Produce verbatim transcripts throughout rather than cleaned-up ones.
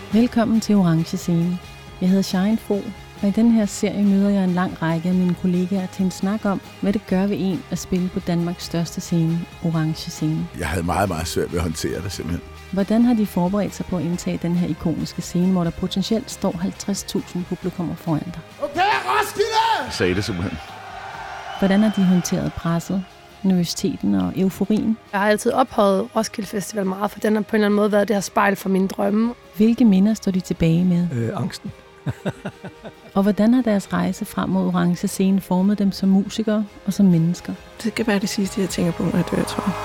Velkommen til Orange Scene. Jeg hedder Shine Fo, og i den her serie møder jeg en lang række af mine kollegaer til en snak om, hvad det gør ved en at spille på Danmarks største scene, Orange Scene. Jeg havde meget, meget svært ved at håndtere det simpelthen. Hvordan har de forberedt sig på at indtage den her ikoniske scene, hvor der potentielt står halvtreds tusind publikummer foran dig? Okay, Roskilde! Jeg sagde det simpelthen. Hvordan har de håndteret presset, nervøsiteten og euforien? Jeg har altid ophøjet Roskilde Festival meget, for den har på en eller anden måde været det her spejl for mine drømme. Hvilke minder står de tilbage med? Øh, angsten. Og hvordan har deres rejse frem mod Orange Scene formet dem som musikere og som mennesker? Det kan være det sidste, jeg tænker på, når jeg dør, tror jeg.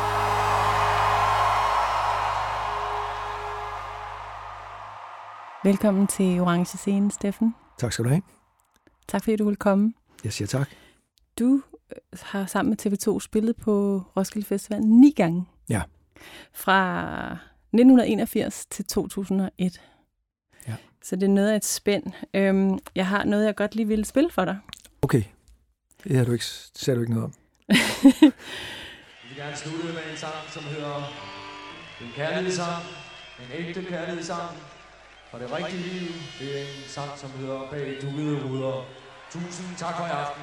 Velkommen til Orange Scene, Steffen. Tak skal du have. Tak fordi du vil komme. Jeg siger tak. Du har sammen med T V to spillet på Roskilde Festival ni gange. Ja. Fra nitten enogfirs til to tusind og et. Ja. Så det er noget af et spænd. Øhm, jeg har noget, jeg godt lige ville spille for dig. Okay. Det har du ikke, sagde du ikke noget om. Jeg vil gerne slutte med en sang, som hedder En kærlighedssang. En ægte kærlighedssang. For det rigtige liv. Det er en sang, som hedder Bag dukkede ruder. Tusind tak for i aften.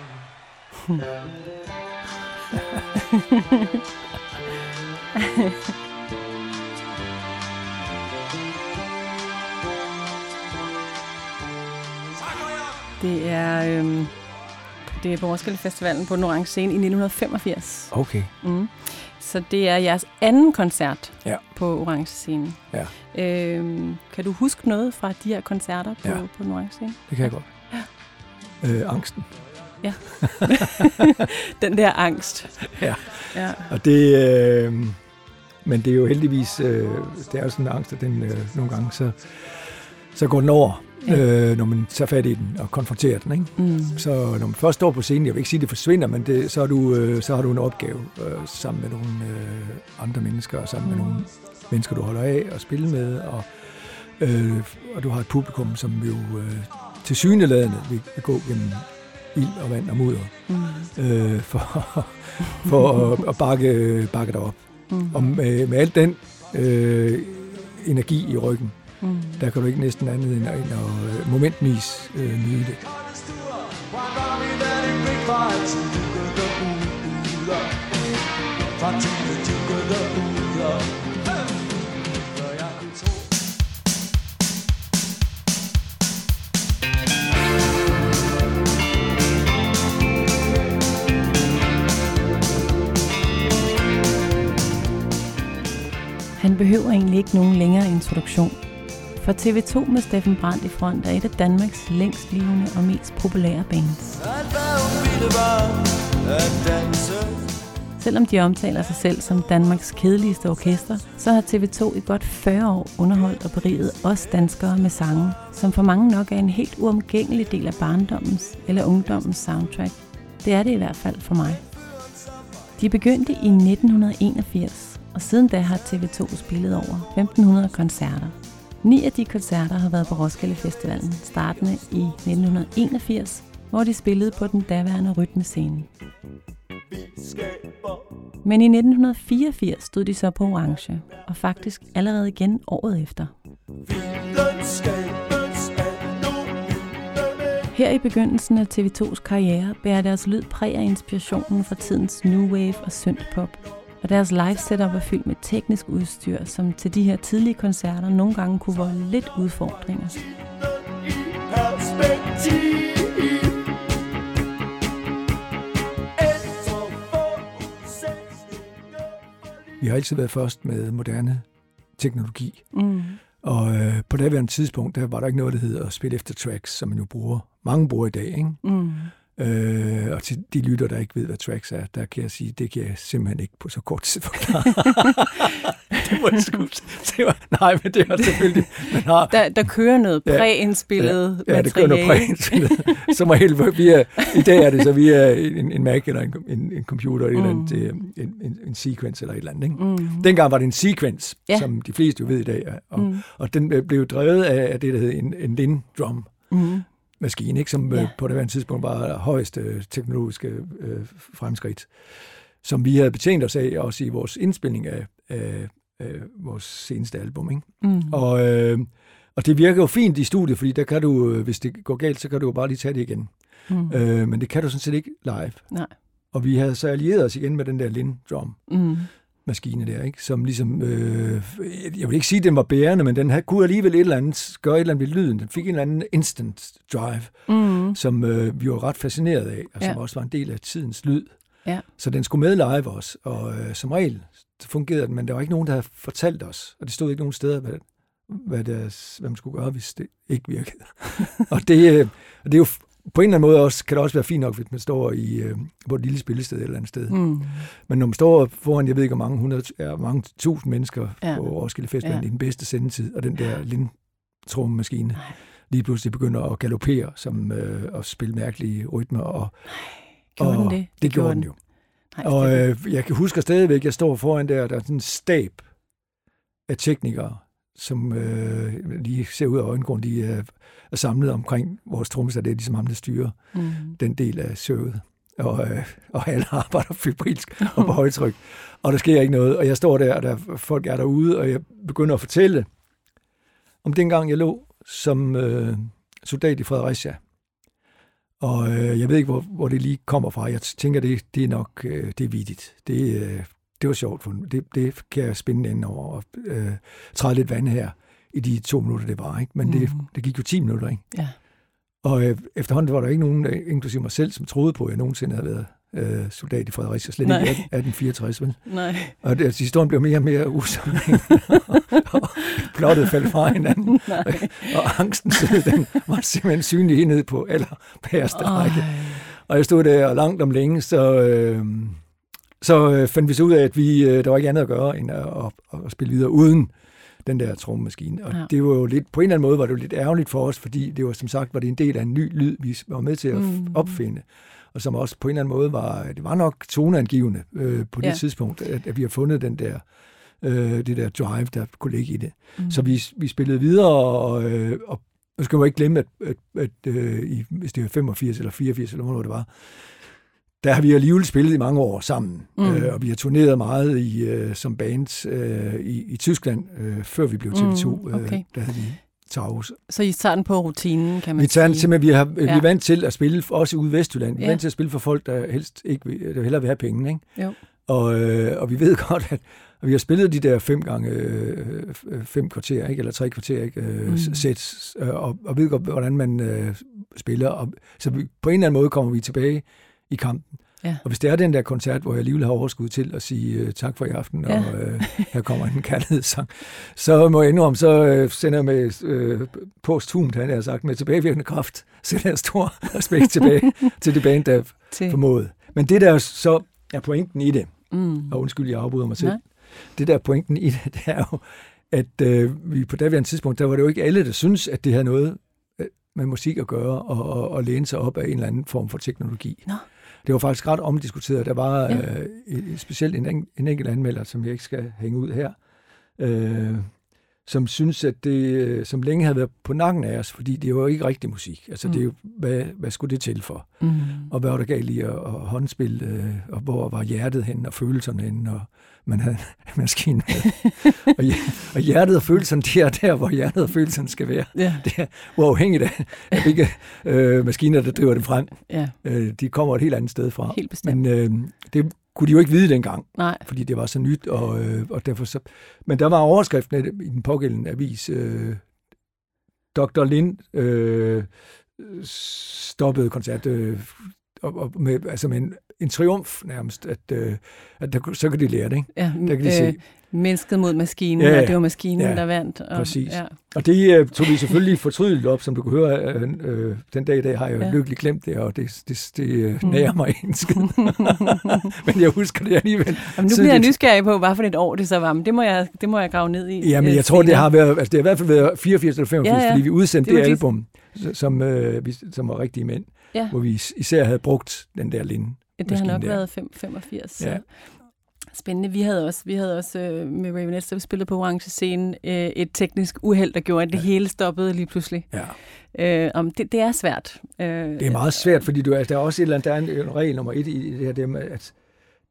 Det er, øhm, det er på Roskilde Festivalen på den Orange Scene i nitten femogfirs. Okay. Mm. Så det er jeres anden koncert ja. på Orange Scene. Ja. Øhm, kan du huske noget fra de her koncerter på, ja. på den Orange Scene? Det kan jeg godt. Ja. Øh, angsten. Ja. Den der angst. Ja. Ja. Og det, øh, men det er jo heldigvis, øh, det er jo sådan en angst, at den øh, nogle gange, så, så går den over, ja. øh, når man tager fat i den og konfronterer den. Ikke? Mm. Så når man først står på scenen, jeg vil ikke sige, at det forsvinder, men det, så, er du, øh, så har du en opgave øh, sammen med nogle øh, andre mennesker, og sammen mm. med nogle mennesker, du holder af at spille med, og, øh, og du har et publikum, som jo øh, tilsyneladende vil, vil gå gennem ild og vand og mudder, mm. øh, for, for at, at bakke, bakke dig op. Mm. Og med, med alt den øh, energi i ryggen, mm. der kan du ikke næsten andet end at, end at momentvis øh, nyde det. Han behøver egentlig ikke nogen længere introduktion. For T V to med Steffen Brandt i front er et af Danmarks længst levende og mest populære bands. Selvom de omtaler sig selv som Danmarks kedeligste orkester, så har T V to i godt fyrre år underholdt og beriget os danskere med sange, som for mange nok er en helt uomgængelig del af barndommens eller ungdommens soundtrack. Det er det i hvert fald for mig. De begyndte i nitten enogfirs. Og siden da har T V to spillet over femten hundrede koncerter. Ni af de koncerter har været på Roskilde Festivalen, startende i nitten enogfirs, hvor de spillede på den daværende rytmescene. Men i nitten fireogfirs stod de så på Orange, og faktisk allerede igen året efter. Her i begyndelsen af T V tos karriere bærer deres lyd præg af inspirationen fra tidens new wave og synthpop. Og deres live setup er fyldt med teknisk udstyr, som til de her tidlige koncerter nogle gange kunne volde lidt udfordringer. Vi har altid været først med moderne teknologi. Mm. Og øh, på daværende tidspunkt, der var der ikke noget, der hedder at spille efter tracks, som man jo bruger. Mange bruger i dag, ikke? Mm. Øh, og til de lytter, der ikke ved, hvad tracks er, der kan jeg sige, det kan jeg simpelthen ikke på så kort tid forklare. det må jeg sgu sige. Nej, men det er selvfølgelig... Man har, der, der kører noget præindspillet ja, ja, materiale. Ja, det kører noget præindspillet. Som er helt via... I dag er det så via en, en Mac eller en, en, en computer, mm. eller en, en, en, en sequence eller et eller andet. Ikke? Mm. Dengang var det en sequence, ja. Som de fleste jo ved i dag. Og, mm. og den blev drevet af det, der hed en, en Linn-drum. Mm. Maskine, ikke? Som ja. på det her tidspunkt var højeste teknologiske øh, fremskridt, som vi havde betjent os af også i vores indspilning af, af, af vores seneste album. Ikke? Mm. Og, øh, Og det virker jo fint i studiet, fordi der kan du, hvis det går galt, så kan du jo bare lige tage det igen. Mm. Øh, men det kan du sådan set ikke live. Nej. Og vi havde så allieret os igen med den der Linn-drum. Mm. maskine der, ikke? Som ligesom, øh, jeg vil ikke sige, at den var bærende, men den havde, kunne alligevel et eller andet, gøre et eller andet ved lyden. Den fik en eller anden instant drive, mm. som øh, vi var ret fascineret af, og som ja. også var en del af tidens lyd. Ja. Så den skulle med live også, og øh, som regel fungerede den, men der var ikke nogen, der havde fortalt os, og det stod ikke nogen steder, hvad, hvad, der, hvad man skulle gøre, hvis det ikke virkede. og det, øh, det er jo på en eller anden måde også, kan det også være fint nok, hvis man står i, øh, på et lille spillested et eller andet sted. Mm. Men når man står foran, jeg ved ikke, hvor mange hundrede, ja, mange tusind mennesker ja. på Roskilde Festival ja. i den bedste sendetid, og den der Linn-trommemaskine lige pludselig begynder at galopere som, øh, og spille mærkelige rytmer. Og, gjorde og den det? Det, det gjorde den jo. Nej, og øh, jeg kan huske stadigvæk, jeg står foran der, der er sådan en stab af teknikere, som øh, lige ser ud af øjenkrogen, de er, er samlet omkring vores trommeslager. Det er ligesom ham, der styrer mm. den del af showet. Og, øh, og alle arbejder febrilsk og på højtryk. Og der sker ikke noget. Og jeg står der, og der, folk er derude, og jeg begynder at fortælle om dengang, jeg lå som øh, soldat i Fredericia. Og øh, jeg ved ikke, hvor, hvor det lige kommer fra. Jeg tænker, det, det er nok øh, det er vittigt. Det, øh, det var sjovt for mig. Det, det kan jeg spænde ind over og øh, træde lidt vand her i de to minutter, det var. Ikke? Men mm. det, det gik jo ti minutter. Ikke? Ja. Og øh, efterhånden var der ikke nogen, inklusive mig selv, som troede på, at jeg nogensinde havde været øh, soldat i Fredericia. Slet Nej. ikke atten fireogtres. Vel? Nej. Og det, altså, historien blev mere og mere usammenhængende. og plottet faldt fra hinanden. Og, og angsten, den var simpelthen synlig hernede på allerbærste række. Og jeg stod der langt om længe, så... Øh, Så fandt vi så ud af, at vi, der var ikke andet at gøre, end at, at, at spille videre uden den der trommemaskine. Og ja. det var jo lidt, på en eller anden måde var det jo lidt ærgerligt for os, fordi det var som sagt var det en del af en ny lyd, vi var med til at mm. opfinde. Og som også på en eller anden måde var, det var nok toneangivende øh, på det ja. tidspunkt, at, at vi har fundet den der, øh, det der drive, der kunne ligge i det. Mm. Så vi, vi spillede videre, og, øh, og nu skal man ikke glemme, at, at, at øh, i, hvis det var femogfirs eller fireogfirs, eller hvornår det var, der har vi alligevel spillet i mange år sammen, mm. øh, og vi har turneret meget i, øh, som band øh, i, i Tyskland, øh, før vi blev T V to. Mm, okay. øh, der havde vi Taurus. Så I tager den på rutinen, kan man vi tager sige? Den simpelthen, vi, har, ja. vi er vant til at spille, også ude i Vestjylland, vi er ja. vant til at spille for folk, der helst ikke der hellere vil have penge. Ikke? Jo. Og, øh, og vi ved godt, at og vi har spillet de der fem gange øh, fem kvarter, ikke? Eller tre kvarter, ikke? Øh, mm. sets, øh, og, og ved godt, hvordan man øh, spiller. Og, så vi, på en eller anden måde kommer vi tilbage i kampen. Ja. Og hvis det er den der koncert, hvor jeg alligevel har overskud til at sige uh, tak for i aften, ja. og uh, her kommer en kærlighedssang, så må jeg indrømme, så uh, sender jeg med uh, posthumt, han har sagt, med tilbagevirkende kraft, sender jeg stor respekt tilbage til det band, der til. formåede. Men det der så er pointen i det, mm. og undskyld, jeg afbryder mig selv, Nej. det der pointen i det, det er jo, at uh, vi på daværende tidspunkt, der var det jo ikke alle, der synes, at det havde noget med musik at gøre, og, og, og læne sig op af en eller anden form for teknologi. Nå. Det var faktisk ret omdiskuteret. Der var ja. øh, specielt en, en enkelt anmelder, som jeg ikke skal hænge ud her, øh, som synes, at det som længe havde været på nakken af os, fordi det var jo ikke rigtig musik. Altså, mm. det er jo, hvad, hvad skulle det til for? Mm. Og hvad var der galt i at, at håndspille, øh, og hvor var hjertet henne, og følelserne henne, og man havde en maskine med. og, og hjertet og følelserne, det er der, hvor hjertet og følelserne skal være. Ja. Det er uafhængigt af, af hvilke øh, maskiner, der driver det frem. Ja. Øh, de kommer et helt andet sted fra. Helt bestemt. Men øh, det kunne de jo ikke vide dengang, Nej. fordi det var så nyt. Og, øh, og derfor så, men der var overskriften i den pågældende avis, øh, doktor Lind øh, stoppede koncert, øh, og, og med, altså med en, en triumf nærmest, at, øh, at der, så kan de lære det, ikke? Ja, der kan de øh, se. Mennesket mod maskinen, ja, og det var maskinen, ja, der vandt. Og, præcis. Ja. Og det øh, tog vi selvfølgelig fortrydeligt op, som du kunne høre. Øh, øh, den dag i dag har jeg jo ja. lykkeligt glemt det, og det, det, det øh, nærer mig en skid. Men jeg husker det alligevel. Jamen, nu bliver jeg nysgerrig på, hvad for et år det så var, men det må jeg, det må jeg grave ned i. Ja, men jeg tror, det har været, altså det har i hvert fald været fireogfirs eller femogfirs, ja, ja. fordi vi udsendte det, det album, som, øh, som var Rigtige Mænd, ja. hvor vi især havde brugt den der Linn. Ja, det har nok der. været femogfirs. Ja. Spændende. Vi havde også, vi havde også øh, med Ravenettes, der vi spillede på Orange Scene, øh, et teknisk uheld, der gjorde, at det ja. hele stoppede lige pludselig. Ja. Øh, om det, det er svært. Øh, det er meget svært, fordi du, altså, der er også et eller andet, der er en, en regel nummer et i det her, det med, at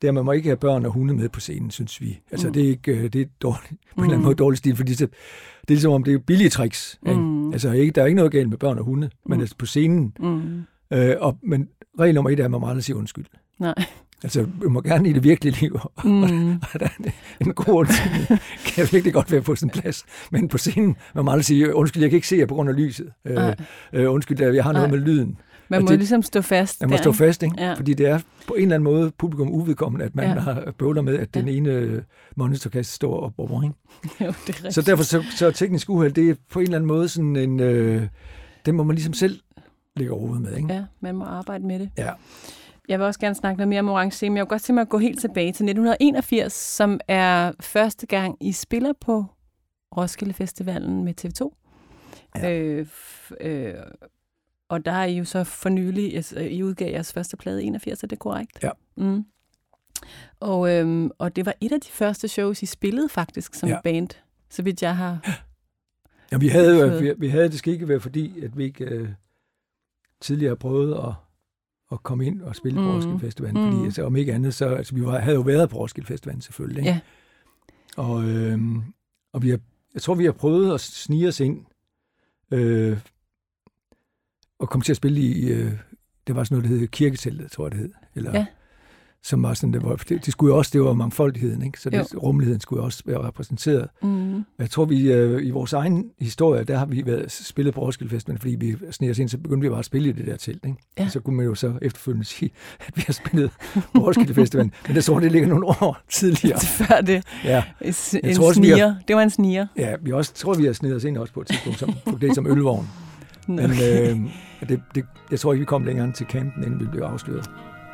det er, at man må ikke have børn og hunde med på scenen, synes vi. Altså, mm. det er ikke det er dårligt, på en mm. eller anden måde dårlig stil, fordi det, det er ligesom om, det er billige tricks. Mm. Altså, ikke, der er ikke noget galt med børn og hunde, men mm. altså på scenen. Mm. Øh, og, men regel nummer et er, at man må aldrig sige undskyld. Nej. Altså, vi må gerne i det virkelige liv, mm. og der er en, en god undskyldning, kan virkelig godt være på sin plads. Men på scenen, man må aldrig sige, undskyld, jeg kan ikke se jer på grund af lyset. Øh, øh, undskyld, jeg har noget Ej. med lyden. Man må det, ligesom stå fast. Man må der, stå fast, ikke? Ja. Fordi det er på en eller anden måde publikum uvedkommende, at man ja. har bøvler med, at den ja. ene monitorkasse står op over, ikke? Jo, det er så derfor så, så teknisk uheld, det er på en eller anden måde sådan en, øh, den må man ligesom selv lægge over med, ikke? Ja, man må arbejde med det. Ja. Jeg vil også gerne snakke noget mere om Orange, men jeg vil godt tænke mig at gå helt tilbage til nitten enogfirs, som er første gang, I spiller på Roskilde Festivalen med T V to. Ja. Øh, f- øh, og der er I jo så for nylig, altså, I udgav jeres første plade i enogfirs, er det korrekt? Ja. Mm. Og, øhm, og det var et af de første shows, I spillede faktisk som ja. band, så vidt jeg har... Ja, vi havde, vi, vi havde det skal ikke være, fordi at vi ikke øh, tidligere prøvede at, at komme ind og spille mm. på Roskilde Festivalen, mm. fordi altså, om ikke andet, så altså, vi var, havde jo været på Roskilde Festivalen selvfølgelig. Ikke? Ja. Og, øh, og vi har, jeg tror, vi har prøvet at snige os ind øh, og komme til at spille i, øh, det var sådan noget, der hed Kirketeltet, tror jeg det hed. Eller, ja. Som var sådan, det, var, det, det skulle jo også, det var mangfoldigheden, ikke? Så det, rummeligheden skulle også være repræsenteret. Mm. Jeg tror, vi øh, i vores egen historie, der har vi været spillet på Roskilde Festivalen, fordi vi sneg os ind, så begyndte vi bare at spille i det der telt, ikke? Ja. Så kunne man jo så efterfølgende sige, at vi har spillet på Roskilde Festivalen. Men jeg tror, det ligger nogle år tidligere. Før det. Ja. En tror, sniger. Har, det var en sniger. Ja, vi også, tror, vi har snedet os ind også på et tidspunkt, som, det som ølvogn. Men øh, det, det, jeg tror ikke, vi kom længere til campen, inden vi blev afsløret.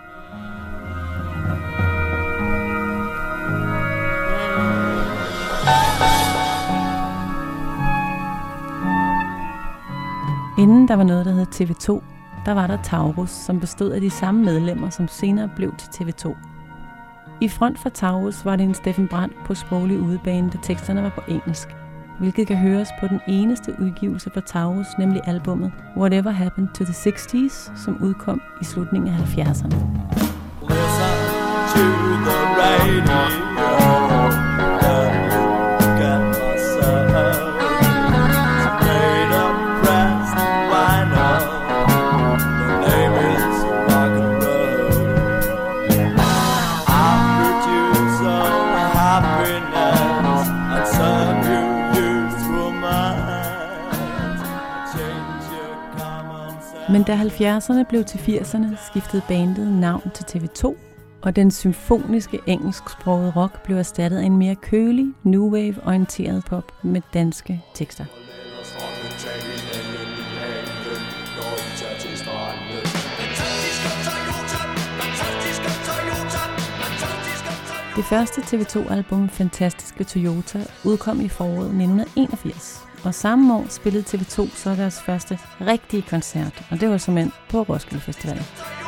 Inden der var noget, der hed T V to, der var der Taurus, som bestod af de samme medlemmer, som senere blev til T V to. I front for Taurus var det en Steffen Brandt på sproglig udebane, da teksterne var på engelsk, hvilket kan høres på den eneste udgivelse for Taurus, nemlig albummet Whatever Happened to the sixties, som udkom i slutningen af halvfjerdserne. Men da halvfjerdserne blev til firserne, skiftede bandet navn til T V to, og den symfoniske engelsksprogede rock blev erstattet af en mere kølig, new wave-orienteret pop med danske tekster. Det første T V to-album, Fantastiske Toyota, udkom i foråret nitten enogfirs. Og samme år spillede T V to så deres første rigtige koncert, og det var simpelthen på Roskilde Festivalen.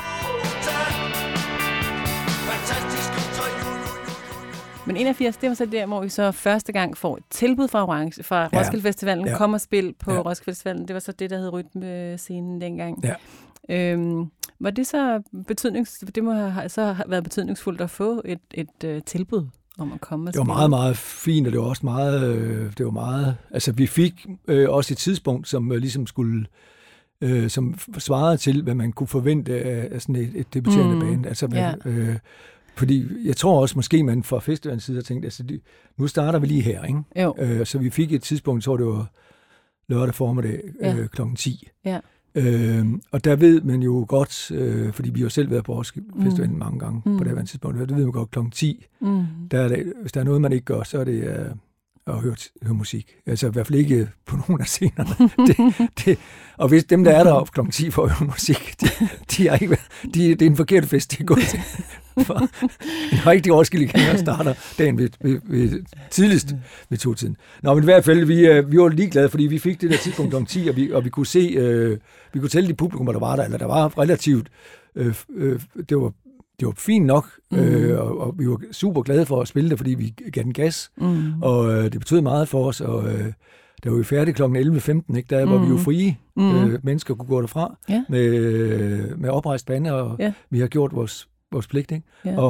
Men enogfirs, det var så der, hvor vi så første gang får et tilbud fra Orange, fra Roskilde Festivalen, ja. Kom og spil på ja. Roskilde Festivalen. Det var så det, der hed Rytmescenen dengang. Ja. Øhm, var det så betydnings, det må have så have været betydningsfuldt at få et, et, et uh, tilbud om at komme og spille? Det var meget, meget fint, og det var også meget, øh, det var meget, altså vi fik øh, også et tidspunkt, som øh, ligesom skulle, øh, som svarede til, hvad man kunne forvente af, af sådan et, et debuterende mm. band. Altså, man, ja. øh, fordi jeg tror også, måske man fra festivalens side har tænkt, altså de, nu starter vi lige her, ikke? Øh, så vi fik et tidspunkt, så det var lørdag formiddag øh, ja. klokken ti. Ja. Øh, og der ved man jo godt, øh, fordi vi har selv været på Roskilde Festivalen mm. mange gange mm. på det her tidspunkt, der ved man godt klokken ti. Mm. Der er det, hvis der er noget, man ikke gør, så er det uh, at høre, høre musik. Altså i hvert fald ikke på nogen af scenerne. det, det, og hvis dem, der er deroppe klokken ti for at høre musik, de, de er ikke, de, det er en forkert fest, de er gået til. For en rigtig Roskilde starter dagen ved, ved, ved tidligst ved to-tiden. Nå, men i hvert fald, vi, vi var ligeglade, fordi vi fik det der tidspunkt klokken ti, og vi, og vi kunne se, øh, vi kunne tælle de publikummer, der var der, eller der var relativt, øh, øh, det var det var fint nok, mm. øh, og, og vi var super glade for at spille det, fordi vi gav den gas, mm. og øh, det betød meget for os, og øh, der var vi færdige klokken elleve femten, ikke? Der var mm. vi jo frie. Mm. Øh, mennesker kunne gå derfra yeah. med, med oprejst pande, og yeah. vi har gjort vores, vores pligt. Ikke? Yeah. Og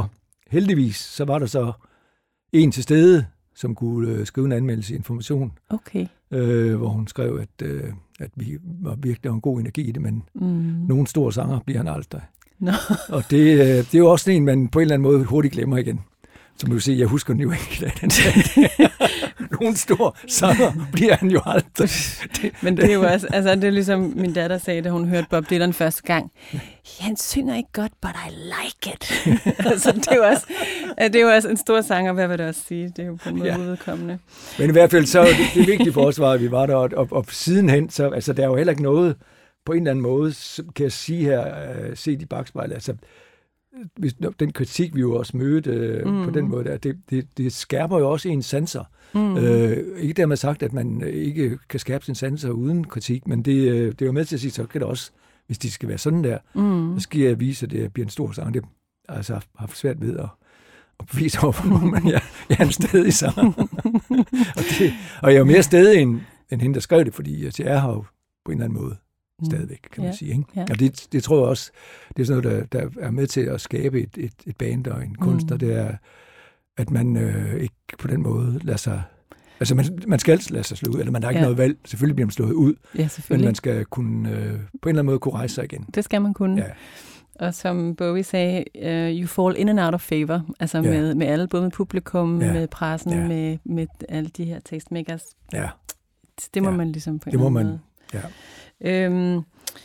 heldigvis, så var der så en til stede, som kunne øh, skrive en anmeldelse i Information, Okay. øh, hvor hun skrev, at, øh, at vi var virkelig en god energi i det, men Mm. nogen store sanger bliver han aldrig. Nå. Og det, øh, det er jo også en, man på en eller anden måde hurtigt glemmer igen. Så må du se, jeg husker den jo ikke i dag. Den Nogen stor sanger bliver han jo aldrig. Det, Men det er jo også, altså det er ligesom min datter sagde, da hun hørte Bob Dylan første gang. Han synger ikke godt, but I like it. altså det er jo også, det er jo også en stor sanger, hvad vil det også sige? Det er jo på en måde Ja. udkommende. Men i hvert fald, så det, det vigtige for os var, at vi var der, og, og, og sidenhen, så altså, der er jo heller ikke noget, på en eller anden måde, så kan jeg sige her, uh, set i bagspejlet, altså, hvis, den kritik, vi jo også mødte uh, mm. på den måde, der, det, det, det skærper jo også ens sanser. Mm. Uh, ikke dermed sagt, at man ikke kan skærpe sine sanser uden kritik, men det, uh, det er jo med til at sige, så kan det også, hvis de skal være sådan der, mm. så skal jeg vise, at det bliver en stor sang. Det har altså haft svært ved at og bevise over for nogen, men jeg, jeg er en stedig sanger. og, det, og jeg er jo mere stedig end, end hende, der skrev det, fordi jeg er her jo på en eller anden måde stadigvæk, kan man Ja, sige. Ikke? ja. Og det, det tror jeg også, det er sådan noget, der, der er med til at skabe et, et, et band og en kunstner, Mm. det er, at man øh, ikke på den måde lader sig... Altså, man, man skal lade sig slå ud, eller man har ikke Ja. noget valg. Selvfølgelig bliver man slået ud, Ja, men selvfølgelig. man skal kunne, øh, på en eller anden måde kunne rejse sig igen. Det skal man kunne. Ja. Og som Bowie sagde, uh, you fall in and out of favor. Altså Ja. med, med alle, både med publikum, Ja. med pressen, Ja. med, med alle de her tastemakers. Ja, Det må Ja. man ligesom på en det må eller man. anden Ja. måde. Øhm,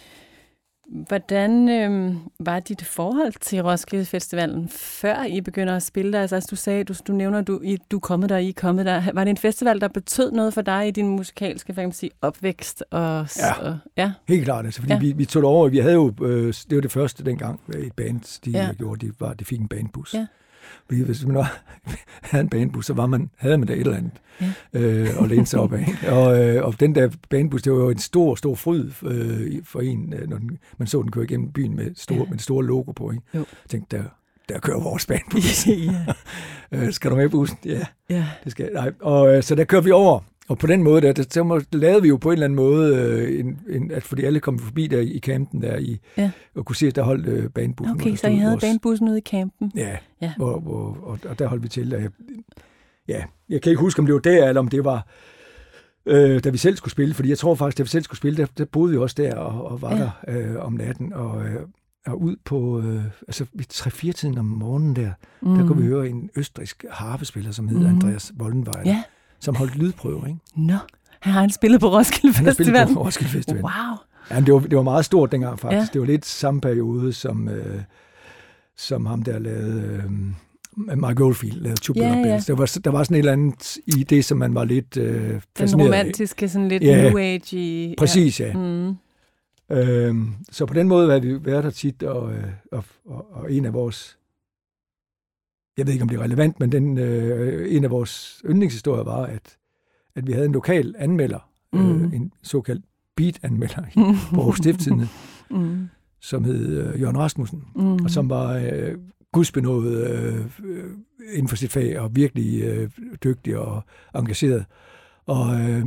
hvordan øhm, var dit forhold til Roskilde Festivalen, før I begynder at spille der? Altså, du sagde, du, du nævner, du, I, du er kommet der, I er kommet der. Var det en festival, der betød noget for dig i din musikalske, hvad kan man sige, opvækst? Og, Ja. og, ja. Helt klart, altså, fordi Ja. ja. vi, vi tog det over, vi havde jo, øh, det var det første dengang, et band, de Ja. ja. gjorde, de, var, de fik en bandbus. Ja. Fordi hvis man var, havde en bandbus, så var man, havde man da et eller andet Ja. øh, og læne sig op af. Og, øh, og den der bandbus, det var jo en stor, stor fryd øh, for en, øh, når den, man så den køre igennem byen med, store, Ja. med en stor logo på. Ikke? Jo. Jeg tænkte, der, der kører vores bandbus. ja. øh, skal du med i bussen? Ja, ja. det skal nej. Og øh, så der kører vi over. Og på den måde, der, der, der lavede vi jo på en eller anden måde, øh, en, en, at fordi alle kom forbi der i campen der, i, Ja. og kunne se, at der holdt øh, bandbussen. Okay, så I havde bandbussen ude i campen? Ja, Ja. Hvor, hvor, og, og der holdt vi til. Og jeg, ja, jeg kan ikke huske, om det var der, eller om det var, øh, da vi selv skulle spille, fordi jeg tror faktisk, da vi selv skulle spille, der, der boede vi også der og, og var Ja. der øh, om natten, og, øh, og ud på, øh, altså ved tre-fire tiden om morgenen der, mm. der kunne vi høre en østrigsk harpespiller, som hed Mm. Andreas Wollenweiler, Ja. som holdt lydprøve, ikke? Nå, han har han spillet på Roskilde Han har spillet Festival. på Roskilde Festival. Wow. Ja, det, var, det var meget stort dengang faktisk. Ja. Det var lidt samme periode, som, øh, som ham der lavede, øh, Mark Oldfield lavede Tubular Ja, ja. Bells. Der var, der var sådan et eller andet i det, som man var lidt øh, Den fascineret romantiske, sådan lidt Ja. new age i... Præcis, ja. Ja. Mm. Øhm, så på den måde har vi været der tit, og, øh, og, og, og en af vores, jeg ved ikke, om det er relevant, men den, øh, en af vores yndlingshistorier var, at, at vi havde en lokal anmelder, Mm. øh, en såkaldt beat-anmelder på Aarhus Stiftstidende, Mm. som hed øh, Jørgen Rasmussen, Mm. og som var øh, gudsbenået øh, øh, inden for sit fag, og virkelig øh, dygtig og engageret. Og øh,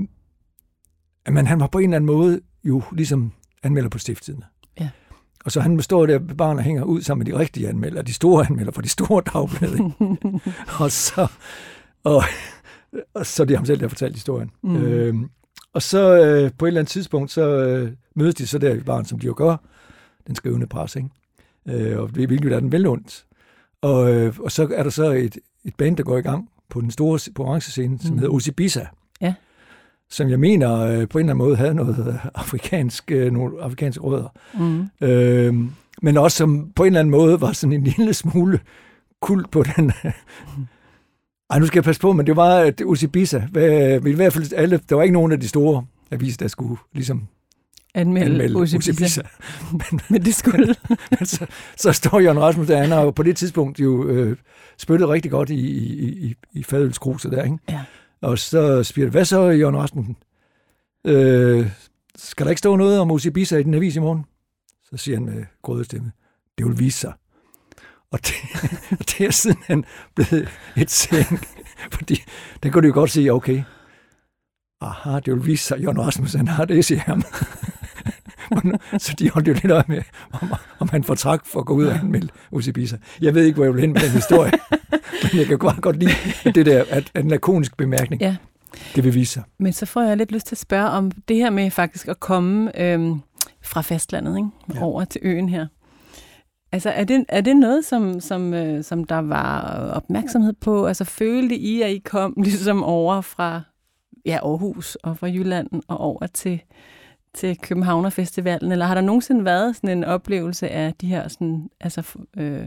men han var på en eller anden måde jo ligesom anmelder på Stiftstidende. Ja. Og så han består der barn og hænger ud sammen med de rigtige anmelder, de store anmelder for de store dagblade. og så og, og så det er ham selv, der fortalte historien. Mm. Øh, og så øh, på et eller andet tidspunkt, så øh, mødes de så der i barn, som de jo gør, den skrivende pres, ikke? Øh, og det hvilket er den velundt. Og, øh, og så er der så et, et band, der går i gang på den store på orange-scene, som Mm. hedder Osibisa. Ja. Som jeg mener øh, på en eller anden måde havde noget afrikansk, øh, nogle afrikanske rødder. Mm. Øh, men også som på en eller anden måde var sådan en lille smule kult på den. Ej, nu skal jeg passe på, men det var at Osibisa. I hvert fald alle, der var ikke nogen af de store aviser, der skulle ligesom Anmelde, anmelde Osibisa. Osibisa. Men, men det skulle... så, så står Jørgen Rasmussen der, han har jo på det tidspunkt jo øh, spyttet rigtig godt i, i, i, i fadølskruset der, ikke? Ja. Og så siger det, hvad så, Jørgen Rasmussen? Øh, skal der ikke stå noget om Osibisa i den avis i morgen? Så siger han med grødestemme, det vil vise sig. Og det, og det er siden han blevet et seng, fordi der kunne du jo godt sige, okay, aha, det vil vise sig, Jørgen Rasmussen har det, siger ham. Så de holdt jo lidt øje med, om, om han får træk for at gå ud og anmelde U C Ibiza. Jeg ved ikke, hvor jeg vil hen med den historie, men jeg kan godt, godt lide det der, at, at en lakonisk bemærkning, ja. Det vil vise sig. Men så får jeg lidt lyst til at spørge om det her med faktisk at komme øhm, fra fastlandet, ikke? Ja. Over til øen her. Altså, er det, er det noget, som, som, øh, som der var opmærksomhed på? Altså, følte I, at I kom ligesom over fra ja, Aarhus og fra Jylland og over til, til Københavnerfestivalen? Eller har der nogensinde været sådan en oplevelse af de her sådan, altså, øh,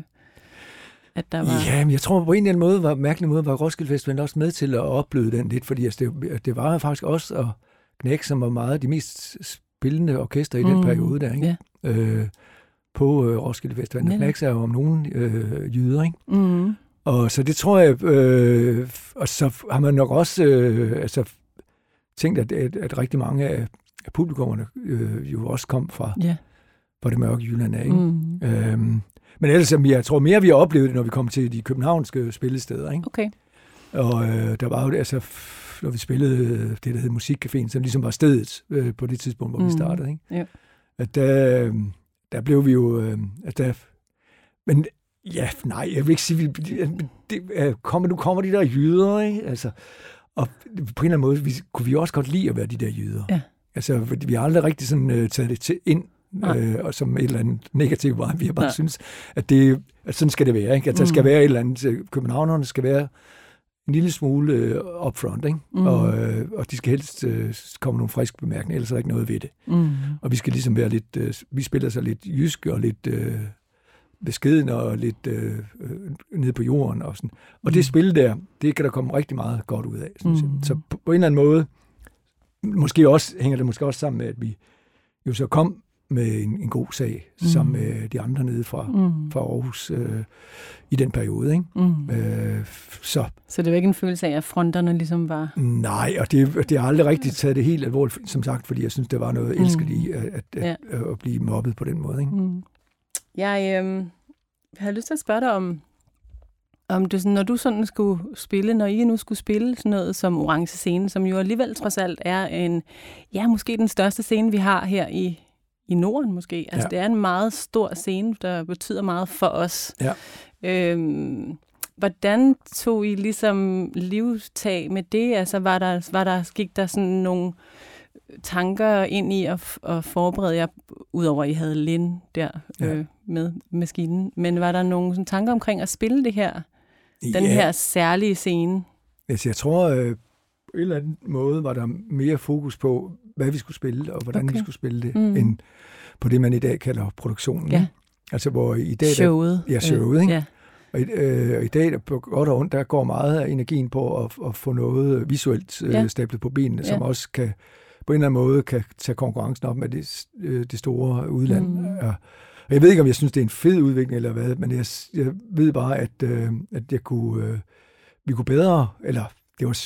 at der var... Ja, men jeg tror på en eller anden måde, var mærkelig måde, var Roskilde Festivalen også med til at opleve den lidt, fordi altså, det, det var faktisk også og Knæk, som var meget de mest spillende orkester i mm. den periode der, ikke? Ja. Øh, på øh, Roskilde Festivalen. Knæk er jo om nogen øh, jyder, ikke? Mm. Og så det tror jeg, øh, og så har man nok også øh, altså, tænkt, at, at, at rigtig mange af, af publikummerne øh, jo også kom fra, yeah. fra det mørke Jylland af, ikke? Mm. Øhm, men ellers, jeg tror mere, vi har oplevet det, når vi kom til de københavnske spillesteder, ikke? Okay. Og øh, der var jo, altså, når vi spillede det, der hed Musikcaféen, som ligesom var stedet øh, på det tidspunkt, hvor mm. vi startede, ikke? Yeah. At der, der blev vi jo, øh, at der, men ja, nej, jeg vil ikke sige, det, det, kommer, nu kommer de der jyder, ikke? Altså, og på en eller anden måde vi, kunne vi også godt lide at være de der jyder. Ja. Altså, vi har aldrig rigtig sådan, uh, taget det til ind, øh, og som et eller andet negativt var. Vi har bare ja. synes, at, det, at sådan skal det være, ikke? At der mm. skal være et eller andet, københavnerne skal være en lille smule uh, upfront, ikke? Mm. Og, uh, og de skal helst uh, komme nogle friske bemærkninger, ellers er der ikke noget ved det. Mm. Og vi skal ligesom være lidt, uh, vi spiller så lidt jysk og lidt... Uh, beskeden og lidt øh, øh, nede på jorden og sådan. Og mm. det spil der, det kan der komme rigtig meget godt ud af. Mm. Så på, på en eller anden måde, måske også, hænger det måske også sammen med, at vi jo så kom med en, en god sag, mm. sammen med de andre nede fra, mm. fra Aarhus øh, i den periode. Ikke? Mm. Øh, så. så det var ikke en følelse af, at fronterne ligesom var... Nej, og det, det har aldrig rigtig taget det helt alvorligt, som sagt, fordi jeg synes, det var noget mm. elsket i at, at, ja. at, at blive mobbet på den måde. Ikke? Mm. Jeg øh, havde lyst til at spørge dig om, om det, når du sådan skulle spille, når I nu skulle spille sådan noget som Orange Scene, som jo alligevel trods alt er en, ja, måske den største scene, vi har her i, i Norden måske. Altså ja. Det er en meget stor scene, der betyder meget for os. Ja. Øhm, hvordan tog I ligesom livstag med det? Altså var der, var der, gik der sådan nogle tanker ind i at, at forberede jer, udover at I havde Lin der ja. øh, med maskinen, men var der nogle sådan, tanker omkring at spille det her, den ja. her særlige scene? Altså, jeg tror, øh, på en eller anden måde var der mere fokus på, hvad vi skulle spille, og hvordan okay. vi skulle spille det, mm. end på det, man i dag kalder produktionen. Ja. Altså, hvor i dag... Showet. Der, ja, showet, ikke? Ja. Og i, øh, i dag, der på godt og ondt, der går meget af energien på at, at få noget visuelt øh, ja. stablet på benene, som ja. også kan på en eller anden måde kan tage konkurrencen op med det, det store udland. Mm. Og jeg ved ikke, om jeg synes, det er en fed udvikling eller hvad, men jeg, jeg ved bare, at, øh, at jeg kunne, øh, vi kunne bedre, eller det var...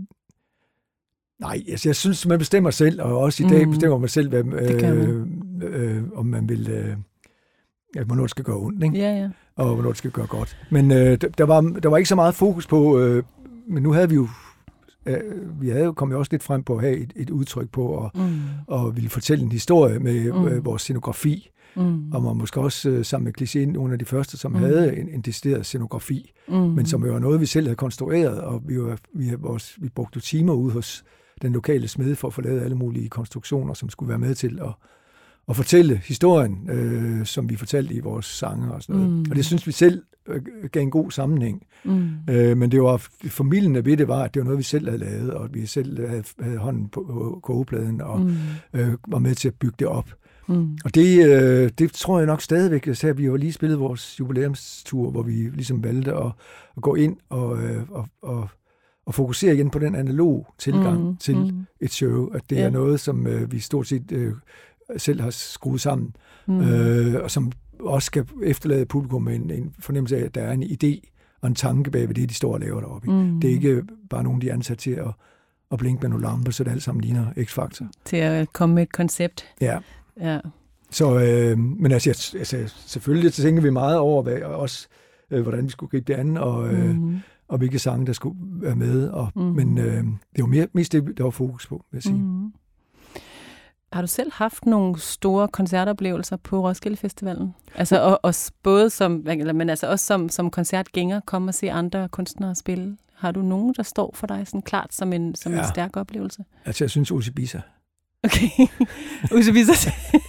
Nej, altså, jeg synes, man bestemmer selv, og også i dag mm. bestemmer man selv, hvad, øh, øh, om man vil... Øh, ja, hvornår det skal gøre ondt, ikke? Ja, ja. Og hvornår det skal gøre godt. Men øh, der, var, der var ikke så meget fokus på... Øh, men nu havde vi jo vi havde jo kommet også lidt frem på at have et, et udtryk på at mm. og ville fortælle en historie med mm. øh, vores scenografi, mm. og man måske også øh, sammen med Cliché nogle af de første, som mm. havde en, en decideret scenografi, mm. men som jo var noget, vi selv havde konstrueret, og vi, var, vi, vores, vi brugte timer ude hos den lokale smed for at få lavet alle mulige konstruktioner, som skulle være med til at, at fortælle historien, øh, som vi fortalte i vores sange og sådan noget. Mm. Og det synes vi selv gav en god sammenhæng. Mm. Øh, men det var formidlende ved det var, at det var noget, vi selv havde lavet, og at vi selv havde, havde hånden på, på kogepladen og mm. øh, var med til at bygge det op. Mm. Og det, øh, det tror jeg nok stadigvæk, så vi har lige spillet vores jubilæumstur, hvor vi ligesom valgte at, at gå ind og, øh, og, og, og fokusere igen på den analog tilgang mm. til mm. et show, at det yeah. er noget, som øh, vi stort set øh, selv har skruet sammen, mm. øh, og som også skal efterlade publikum med en, en fornemmelse af, at der er en idé og en tanke bag ved det, de står og laver deroppe. Mm. Det er ikke bare nogen, de er ansat til at, at blinke med nogle lamper, så det alt sammen ligner X-Factor. Til at komme med et koncept. Ja. ja. Så, øh, men altså, altså, selvfølgelig tænker vi meget over, hvad, også øh, hvordan vi skulle gribe det an, og, øh, mm. og hvilke sange, der skulle være med. Og, mm. Men øh, det var mere, mest det, der var fokus på, vil jeg sige. Mm. Har du selv haft nogle store koncertoplevelser på Roskilde Festivalen? Altså og, og både som, eller, men altså også som, som koncertgænger, komme og se andre kunstnere spille. Har du nogen, der står for dig sådan klart som en, som ja. en stærk oplevelse? Altså, jeg synes Ossi Bissa. Okay. Ossi Bissa.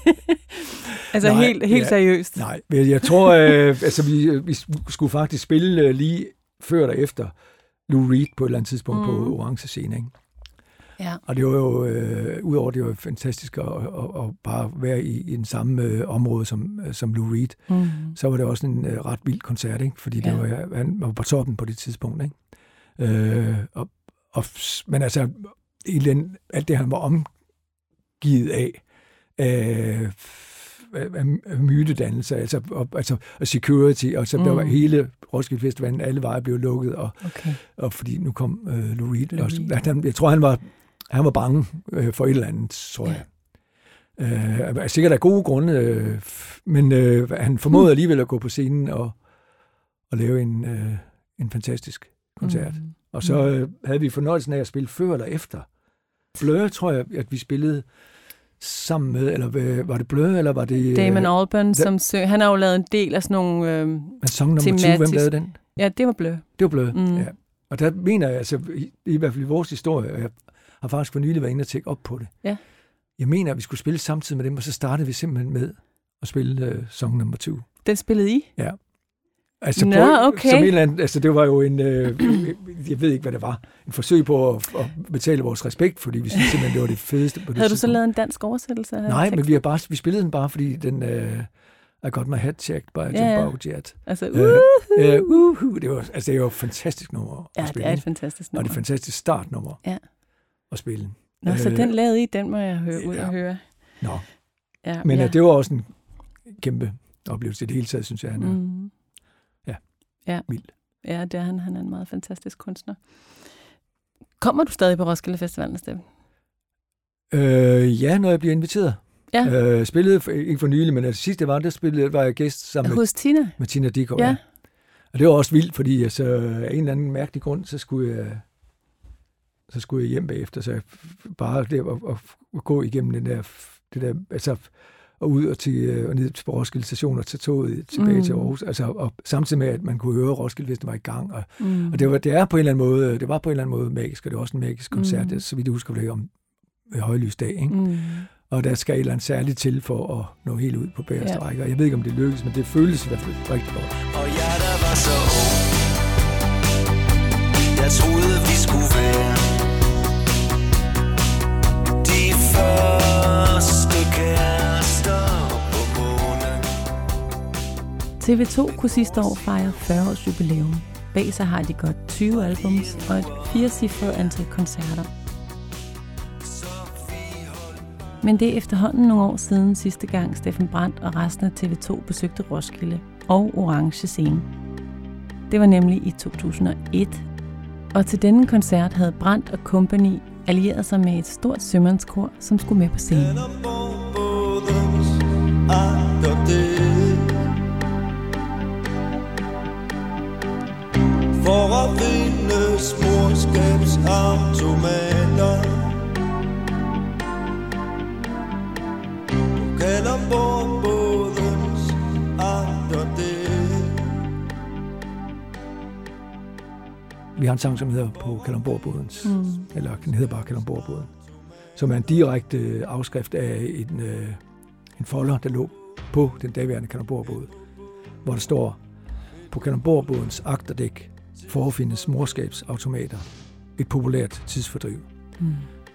altså nej, helt, helt ja, seriøst. Nej, jeg tror, øh, altså vi, vi skulle faktisk spille øh, lige før eller efter Lou Reed på et eller andet tidspunkt mm. på Orange Scene, ikke? Ja. Og det var jo, øh, udover det var fantastisk at, at, at bare være i, i den samme øh, område som, som Lou Reed, mm. så var det også en øh, ret vild koncert, ikke? Fordi ja. det var, han var på toppen på det tidspunkt, ikke? Øh, og, og, men altså, den, alt det, han var omgivet af, øh, af mytedannelse, altså, og, altså og security, og så mm. der var hele Roskilde Festivalen, alle veje blev lukket, og, okay. og fordi nu kom øh, Lou Reed, og, han, jeg tror, han var, han var bange øh, for et eller andet, tror jeg. Ja. Øh, sikkert af gode grunde, øh, men øh, han formåede alligevel at gå på scenen og, og lave en, øh, en fantastisk koncert. Mm. Og så øh, havde vi fornøjelsen af at spille før eller efter. Blur, tror jeg, at vi spillede sammen med, eller var det Blur, eller var det... Damon Albarn, øh, som sø- han har jo lavet en del af sådan nogle øh, song nummer tyve, hvem lavede den? Ja, det var Blur. Det var Blur, mm. ja. Og der mener jeg, altså, i, i hvert fald i vores historie, og jeg har faktisk for nylig været inde og tjekke op på det. Ja. Jeg mener, at vi skulle spille samtidig med dem, og så startede vi simpelthen med at spille uh, song nummer tyve. Den spillede I? Ja. Altså, Nå, på, okay. Som en eller anden, altså det var jo en, øh, jeg ved ikke, hvad det var, en forsøg på at, at betale vores respekt, fordi vi synes simpelthen, det var det fedeste. På det Havde du tidspunkt. så lavet en dansk oversættelse? Nej, men vi, har bare, vi spillede den bare, fordi den, uh, I got my head checked by ja, Jim Baujet. Altså, uh, uh, uh, det var, altså det var et fantastisk nummer ja, at spille. Ja, det er et fantastisk nummer. Og det er et fantastisk startnummer ja. at spille. Nå, uh, så den lavede I, den må jeg høre, ud ja. og høre. Nå, ja, men ja. Uh, det var også en kæmpe oplevelse i det hele taget, synes jeg, han er. Mm. Ja. Vildt. Ja, det er han. Han er en meget fantastisk kunstner. Kommer du stadig på Roskilde Festivalen, Steffen? Øh, ja, når jeg bliver inviteret. Ja. Øh, spillede, for, ikke for nylig, men det sidste var, der spillede, var jeg gæst sammen Hos med Tina. med Tina Dickow. Ja. Ja. Og det var også vildt, fordi altså, af en eller anden mærkelig grund, så skulle jeg, så skulle jeg hjem bagefter. Så jeg bare det at, at, at gå igennem den der, det der, altså og ud og, til, og ned til Roskilde Station og tage toget tilbage mm. til Aarhus. Altså, og samtidig med, at man kunne høre Roskilde, hvis det var i gang. Og, mm. og det, var, det, er på en eller anden måde, det var på en eller anden måde magisk, og det var også en magisk koncert, mm. så vidt jeg husker det om højlysdag. Ikke? Mm. Og der skal et eller andet særligt til for at nå helt ud på bagerste ja. række. Jeg ved ikke, om det lykkes, men det føles i hvert fald rigtig godt. Og jeg, der var så ung, jeg troede, vi skulle være de første kærester på månen. T V to kunne sidste år fejre fyrre års jubilæum. Bag sig har de godt tyve albums og et firecifret antal koncerter. Men det er efterhånden nogle år siden sidste gang Steffen Brandt og resten af T V to besøgte Roskilde og Orange Scene. Det var nemlig i to tusind og et, og til denne koncert havde Brandt og Company allieret sig med et stort sømandskor, som skulle med på scenen. For at vinde smorskabsautomater Vi har en sang, som hedder På Kalundborgbådens, mm. eller den hedder bare Kalundborgbåden, som er en direkte afskrift af en, øh, en folder, der lå på den daværende Kalundborgbåd, hvor der står, på Kalundborgbådens agterdæk forefindes morskabsautomater, et populært tidsfordriv. Mm.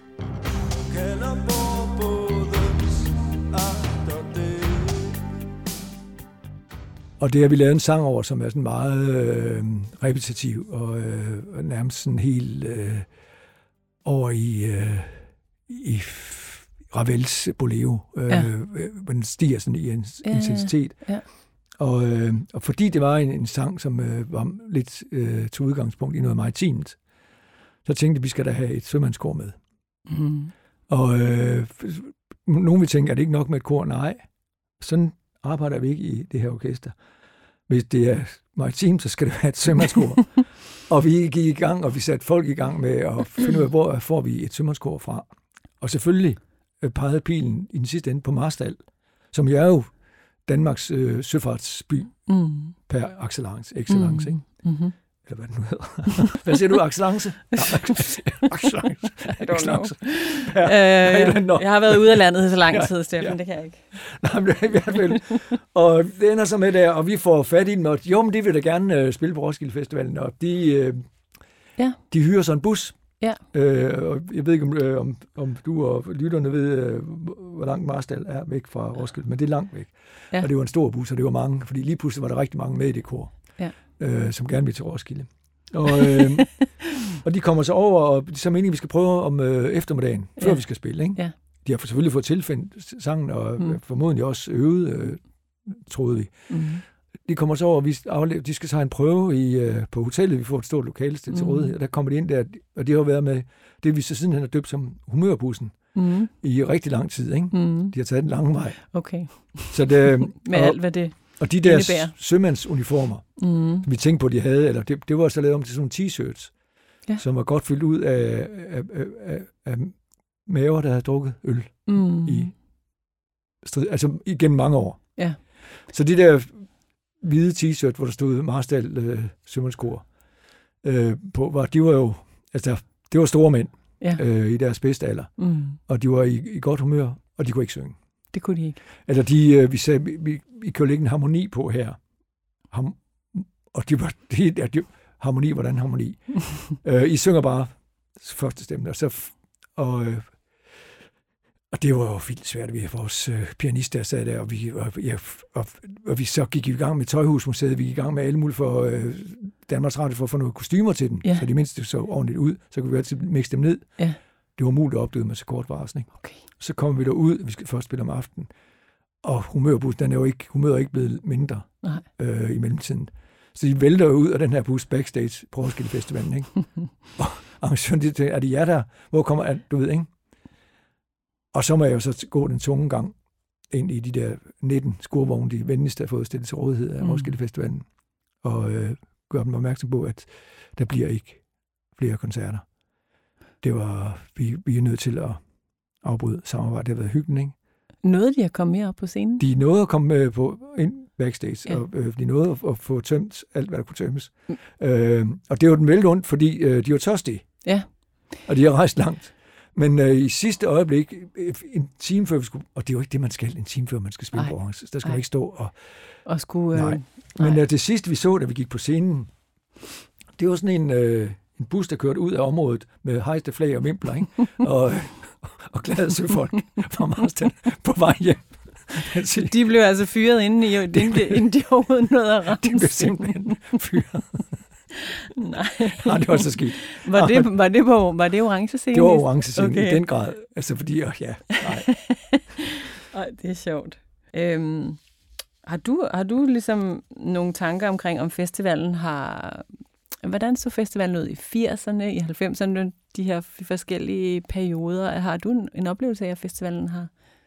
Og det har vi lavet en sang over, som er sådan meget øh, repetitiv og øh, nærmest sådan helt øh, over i, øh, i Ravels Bolero. Øh, ja. Den stiger sådan i en ja, intensitet. Ja, ja. Og, øh, og fordi det var en, en sang, som øh, var lidt øh, til udgangspunkt i noget maritimt, så tænkte jeg, at vi skal da have et sømandskor med. Mm. Og øh, nogen vil tænke, er det ikke nok med et kor? Nej. Sådan arbejder vi ikke i det her orkester. Hvis det er maritimt, så skal det være et sømandskor. Og vi gik i gang, og vi satte folk i gang med at finde ud af, hvor får vi et sømandskor fra. Og selvfølgelig øh, pegede pilen i den sidste ende på Marstal, som jo er jo Danmarks øh, søfartsby mm. per excellence, excellence mm. ikke? Mm-hmm. Eller hvad det nu hedder. Hvad siger du? Excellence? Excellence. Excellence. Ja, øh, jeg har været ude af landet så lang tid, Steffen, ja. Det kan jeg ikke. Nej, men det er i hvert fald. Og det ender så med der, og vi får fat i dem, og jo, men de vil da gerne øh, spille på Roskilde Festivalen, og de, øh, ja. de hyrer så en bus. Ja. Øh, og jeg ved ikke, om, øh, om, om du og lytterne ved, øh, hvor langt Marstal er væk fra Roskilde, men det er langt væk. Ja. Og det var en stor bus, og det var mange, fordi lige pludselig var der rigtig mange med i det kor. Ja. Øh, som gerne vil til Roskilde. Og, øh, og de kommer så over, og så mener vi skal prøve om øh, eftermiddagen, før ja. vi skal spille. Ikke? Ja. De har selvfølgelig fået tilfældt sangen, og mm. formodentlig også øvet, øh, troede vi. Mm. De kommer så over, og vi aflever, de skal så have en prøve i, øh, på hotellet, vi får et stort lokale til mm. rådighed, og der kommer de ind der, og de har været med, det vi så siden har døbt som humørbussen, mm. i rigtig lang tid. Ikke? Mm. De har taget den lange vej. Okay. Så det, med og, alt, hvad det Og de der indebærer. sømandsuniformer, mm. vi tænkte på, de havde, eller det, det var så lavet om til sådan nogle t-shirts, ja. som var godt fyldt ud af, af, af, af, af maver, der havde drukket øl mm. i strid, altså igennem mange år. Ja. Så de der hvide t-shirt, hvor der stod Marstal øh, sømandskor øh, på, var, de var jo, altså det var store mænd ja. øh, i deres bedste alder, mm. og de var i, i godt humør, og de kunne ikke synge. Det kunne de ikke. Altså, de, øh, vi sagde, vi, vi, vi kan jo lægge en harmoni på her. Ham, og de var, de, ja, de, harmoni, hvordan harmoni? øh, I synger bare første stemme, og så, og, øh, og det var jo vildt svært. Vi havde vores øh, pianist, der sad der, og vi, og, ja, og, og vi så gik i gang med Tøjhusmuseet, vi gik i gang med alle mulige for øh, Danmarks Radio for at få nogle kostymer til dem, ja. så de mindste så ordentligt ud, så kunne vi altid mixe dem ned. Ja. Det var muligt at opdøde med så kort varsel. Okay. Så kommer vi derud, vi skal først spille om aftenen, og humørbus, den er jo ikke, humøret er ikke blevet mindre øh, i mellemtiden. Så de vælter jo ud af den her bus backstage på Roskilde Festivalen, ikke? Og arrangøren, de tænker, er det jer der? Hvor kommer an? Du ved, ikke? Og så må jeg jo så gå den tunge gang ind i de der nitten skurvogne, de venligste har fået stillet til rådighed af Roskilde Festivalen, og øh, gør dem opmærksom på, at der bliver ikke flere koncerter. Det var, vi, vi er nødt til at afbryde samarbejdet. Det har været hyggeligt, ikke? Nåede de at komme mere op på scenen? De nåede at komme med på ind backstage, ja. og øh, de nåede at, at få tømt alt, hvad der kunne tømmes. Mm. Øh, og det var den vældig ondt, fordi øh, de var tørstige. Ja. Og de har rejst langt. Men øh, i sidste øjeblik, en time før vi skulle, og det er jo ikke det, man skal, en time før man skal spille på orange. Der skal Ej. man ikke stå og... Og skulle... Øh, nej. Men øh, det sidste, vi så, da vi gik på scenen, det var sådan en... Øh, en bus, der kørte ud af området med hejste flag og vimpler, ikke? og, og glade søfolk fra Marstal på vej hjem. De blev altså fyret, inden, i, inden, de, inden de overhovedet nåede at ramme. De blev simpelthen fyret. Nej. Nej, det var så skidt. Var det, var det, på, var det orange scene? Det var orange scene, okay. I den grad. Altså fordi, ja, nej. Ej, det er sjovt. Øhm, har, du, har du ligesom nogle tanker omkring, om festivalen har... Hvordan så festivalen ud i firserne, i halvfemserne, de her forskellige perioder? Har du en oplevelse af, at festivalen har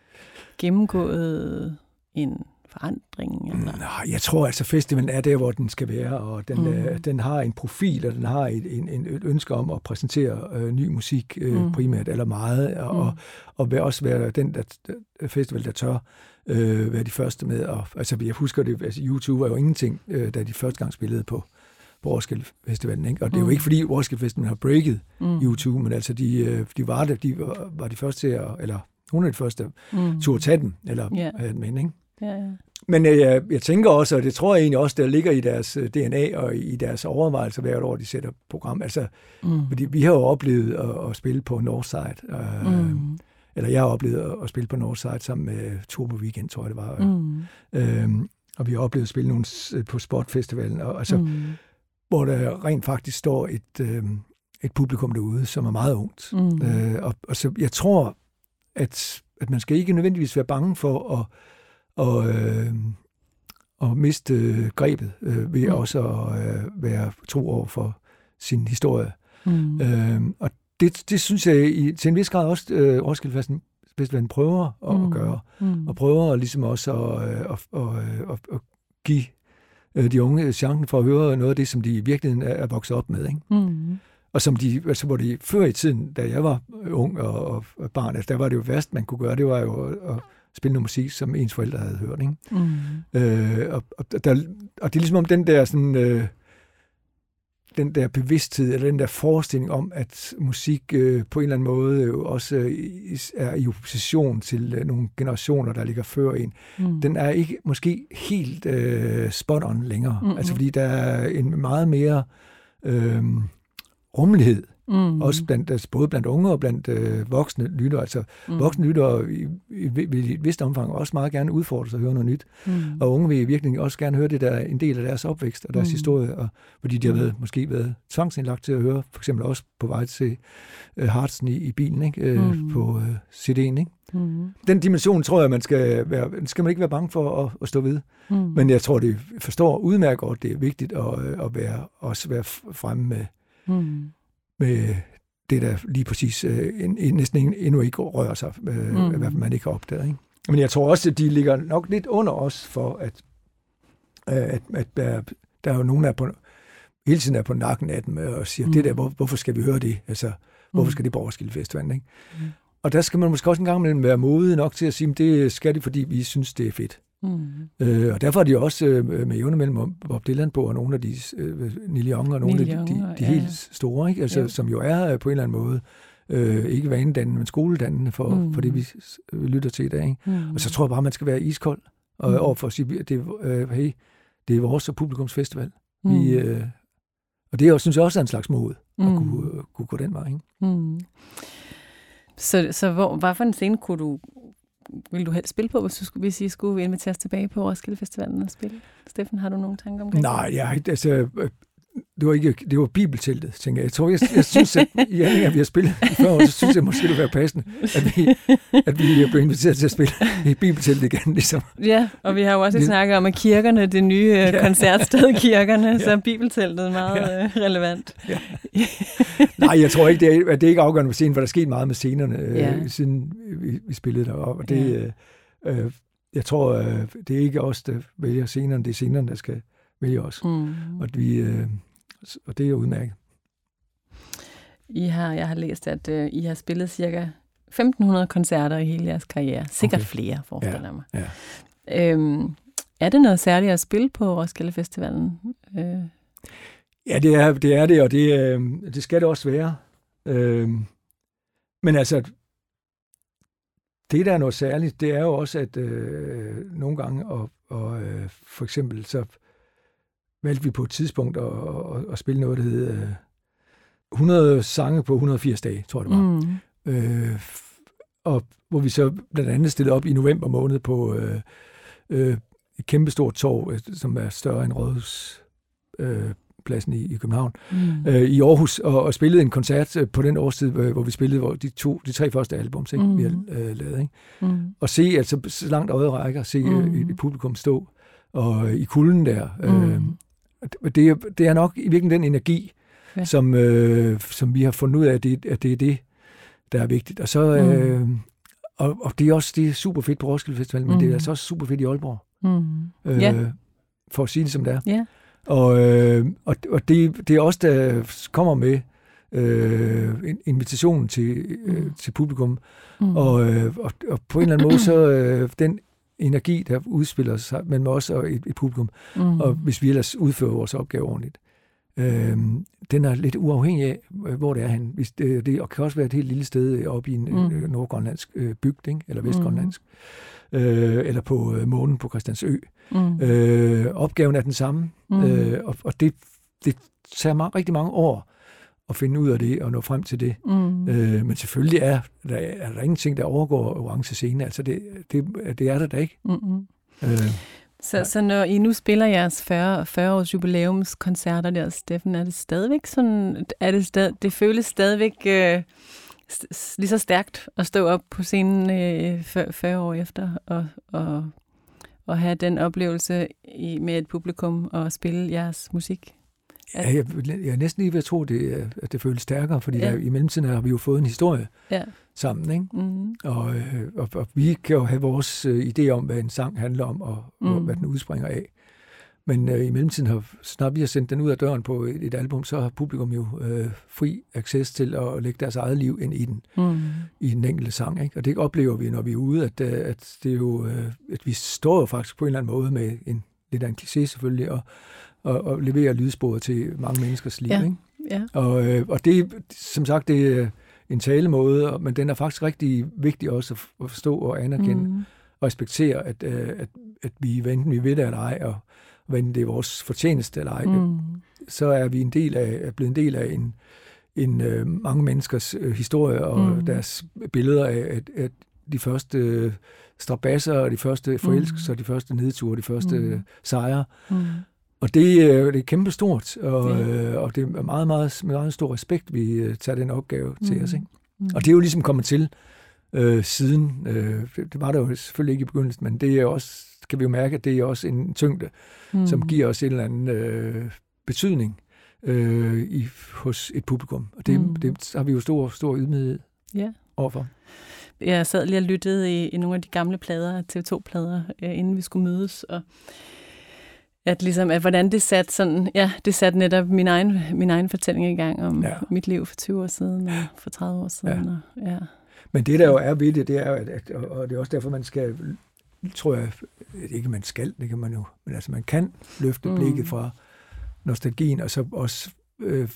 gennemgået en forandring? Eller? Nå, jeg tror altså, festivalen er der, hvor den skal være, og den, mm. øh, den har en profil, og den har et, en, en, et ønske om at præsentere øh, ny musik øh, mm. primært, eller meget, og, mm. og, og også være den der, der festival, der tør øh, være de første med. Og, altså, jeg husker det, altså, YouTube var jo ingenting, øh, da de første gang spillede på på Roskilde Festivalen, ikke? Og det er jo ikke, fordi Roskilde Festivalen har breaket mm. YouTube, men altså, de, de var det, de var, var de første til at, eller hun er de første, mm. turde tage den, eller yeah. have den med, ikke? Yeah, yeah. Men øh, jeg, jeg tænker også, og det tror jeg egentlig også, der ligger i deres D N A og i deres overvejelser hvert år, de sætter program. Altså, mm. fordi vi har jo oplevet at, at spille på Northside, øh, mm. eller jeg har oplevet at, at spille på Northside sammen med Turbo Weekend, tror jeg det var. Mm. Øh, og vi har oplevet at spille nogle på Spotfestivalen, og altså, mm. hvor der rent faktisk står et, øh, et publikum derude, som er meget ungt. Mm. Øh, og, og så jeg tror, at, at man skal ikke nødvendigvis være bange for at, og, øh, at miste øh, grebet øh, ved mm. også at øh, være tro over for sin historie. Mm. Øh, og det, det synes jeg i, til en vis grad også øh, Roskilde Festivalen prøver at, mm. at gøre. Mm. Og prøver at, ligesom også at, at, at, at, at give de unge chancen for at høre noget af det, som de i virkeligheden er vokset op med. Ikke? Mm. og som de, altså hvor de før i tiden, da jeg var ung og, og, og barn, altså der var det jo værst, man kunne gøre, det var jo at, at spille noget musik, som ens forældre havde hørt, ikke? Mm. Øh, og, og, der, og det er ligesom om den der sådan, øh, den der bevidsthed, eller den der forestilling om, at musik øh, på en eller anden måde jo også øh, er i opposition til øh, nogle generationer, der ligger før en. Mm. Den er ikke måske helt øh, spot on længere. Mm-hmm. Altså fordi der er en meget mere øh, rummelighed. Mm. Også blandt, altså både blandt unge og blandt øh, voksne lyttere. Altså mm. voksne lyttere i, i, i et vist omfang også meget gerne udfordres og høre noget nyt. Mm. Og unge vil virkelig også gerne høre det, der er en del af deres opvækst og deres mm. historie, og, fordi de har været, måske været tvangsindlagt til at høre, for eksempel også på vej til øh, Hartsen i, i bilen, ikke? Øh, mm. på øh, C D'en. Ikke? Mm. Den dimension tror jeg, man skal, være, skal man ikke være bange for at, at stå ved. Mm. Men jeg tror, det forstår udmærket godt, det er vigtigt at, at være, også være fremme med mm. med det, der lige præcis øh, en, en, næsten endnu ikke rører sig, øh, mm. hvad man ikke har opdaget. Ikke? Men jeg tror også, at de ligger nok lidt under os for, at, øh, at, at der, der er jo nogen, der er på, hele tiden er på nakken af dem og siger, mm. det der, hvor, hvorfor skal vi høre det? Altså, hvorfor skal det på Roskilde Festival? Ikke? Mm. Og der skal man måske også en gang imellem være modig nok til at sige, at det skal det, fordi vi synes, det er fedt. Mm. Øh, og derfor er de også øh, med jævne mellem Bob Dylan på, og nogle af de øh, Neil Young og nogle Neil af de, de, de ja. helt store, ikke? Altså, som jo er øh, på en eller anden måde øh, ikke vanedannende, men skoledannende for, mm. for det, vi øh, lytter til i dag. Ikke? Mm. Og så tror jeg bare, man skal være iskold og mm. overfor at sige, at det, øh, hey, det er vores og publikumsfestival. Mm. Vi, øh, og det er, synes jeg også er en slags mod mm. at kunne, øh, kunne gå den vej. Ikke? Mm. Så, så hvor, hvad for en scene kunne du vil du helst spille på, hvis du skulle, hvis I skulle inviteres tilbage på Roskilde Festivalen og spille? Steffen, har du nogle tanker omkring det? Nej, jeg, altså, det var ikke, det var bibelteltet, tænker jeg. Jeg tror, jeg, jeg synes, at i alle vi har spillet før år, så synes jeg måske, det ville være passende, at vi, at vi blev inviteret til at spille i bibelteltet igen, ligesom. Ja, og vi har jo også det, snakket om, at kirkerne, det nye ja. koncertsted kirkerne, ja. så er bibelteltet meget ja. relevant. Ja. Nej, jeg tror ikke, det er, at det er ikke afgørende på scenen, for der er sket meget med scenerne, ja. øh, siden vi, vi spillede deroppe. Og det, ja. øh, jeg tror, øh, det er ikke os, der vælger scenerne, det er scenerne, der skal vælge os. Mm. Og, vi, øh, og det er jo udmærket. I har, jeg har læst, at øh, I har spillet cirka femten hundrede koncerter i hele jeres karriere. Sikkert okay. flere, forestiller jeg mig. Ja. Ja. Øhm, er det noget særligt at spille på Roskilde Festivalen? Øh. Ja, det er det, er det og det, øh, det skal det også være. Øh, men altså, det, der er noget særligt, det er jo også, at øh, nogle gange, og, og øh, for eksempel, så valgte vi på et tidspunkt at, at, at spille noget, der hed øh, hundrede sange på et hundrede og firs dage, tror jeg det var. Mm. Øh, og hvor vi så blandt andet stillede op i november måned på øh, øh, et kæmpestort torv, som er større end Rådhuspladsen øh, i, i København, mm. øh, i Aarhus, og, og spillede en koncert på den årstid, hvor vi spillede hvor de, to, de tre første albums, ikke, mm. vi har øh, lavet. Ikke? Mm. Og se, altså så langt øjet rækker, se mm. et, et publikum stå, og i kulden der. Mm. Øh, det, det er nok i virkeligheden den energi, ja. som, øh, som vi har fundet ud af, at det, at det er det, der er vigtigt. Og, så, mm. øh, og, og det er også det er super fedt på Roskilde Festival, men mm. det er altså også super fedt i Aalborg. Mm. Øh, yeah. For at sige det, som det er. Yeah. Og, øh, og, og det, det er også, der kommer med øh, invitationen til, øh, til publikum. Mm. Og, øh, og, og på en eller anden måde, så øh, den energi, der udspiller sig mellem os og et, et publikum, mm. og hvis vi ellers udfører vores opgave ordentligt, øh, den er lidt uafhængig af, hvor det er han. Hvis det, det kan også være et helt lille sted oppe i en mm. nordgrønlandsk øh, bygd, ikke? Eller vestgrønlandsk, mm. øh, eller på øh, månen på Christiansø. Mm. Øh, opgaven er den samme, mm. øh, og, og det, det tager meget, rigtig mange år at finde ud af det og nå frem til det. Mm. Øh, men selvfølgelig er der, er der ingenting, der overgår orange scene. Altså det, det, det er der da ikke. Mm-hmm. Øh, så, ja. så når I nu spiller jeres fyrre års jubilæumskoncerter der, Steffen, er det stadigvæk sådan, er det, stad, det føles stadigvæk øh, st- lige så stærkt at stå op på scenen øh, fyrre år efter og, og, og have den oplevelse i, med et publikum og spille jeres musik? Ja, jeg, jeg er næsten lige ved at tro, det, at det føles stærkere, fordi ja. der, i mellemtiden har vi jo fået en historie ja. sammen, ikke? Mm. Og, og, og vi kan jo have vores uh, idé om, hvad en sang handler om, og, mm. og hvad den udspringer af. Men øh, i mellemtiden har, snart vi har sendt den ud af døren på et, et album, så har publikum jo øh, fri access til at lægge deres eget liv ind i den, mm. i den enkelte sang. Ikke? Og det oplever vi, når vi er ude, at, at, det er jo, øh, at vi står jo faktisk på en eller anden måde med en, lidt af en kliché selvfølgelig, og, og, og leverer lydsporet til mange menneskers liv. Ja. Ikke? Ja. Og, øh, og det, som sagt, det er en talemåde, men den er faktisk rigtig vigtig også at forstå og anerkende mm. og respektere, at, at, at vi, enten vi ved det eller ej, og enten det er vores fortjeneste eller ej, mm. så er vi en del af, er blevet en del af en, en uh, mange menneskers uh, historie og mm. deres billeder af at, at de første uh, strabasser, og de første forelskelser, mm. de første nedture, de første mm. uh, sejre. Mm. Og det, uh, det er kæmpe stort, og, yeah. uh, og det er meget, meget, meget stor respekt, vi uh, tager den opgave mm. til os. Ikke? Mm. Og det er jo ligesom kommet til uh, siden. Uh, det, det var der jo selvfølgelig ikke i begyndelsen, men det er også, kan vi jo mærke, at det er også en tyngde, mm. som giver os en eller anden øh, betydning øh, i, hos et publikum. Og det, mm. det har vi jo stor, stor ydmyghed yeah. overfor. Jeg sad lige og lyttede i, i nogle af de gamle plader, T V to-plader, øh, inden vi skulle mødes, og at ligesom, at hvordan det satte sådan, ja, det satte netop min egen, min egen fortælling i gang om ja. mit liv for tyve år siden, og for tredive år siden. Ja. Og, ja. Men det, der jo er ved det, det er jo, at, at, og det er også derfor, man skal, tror jeg, ikke man skal, det kan man jo, men altså man kan løfte mm. blikket fra nostalgien, og så også øh,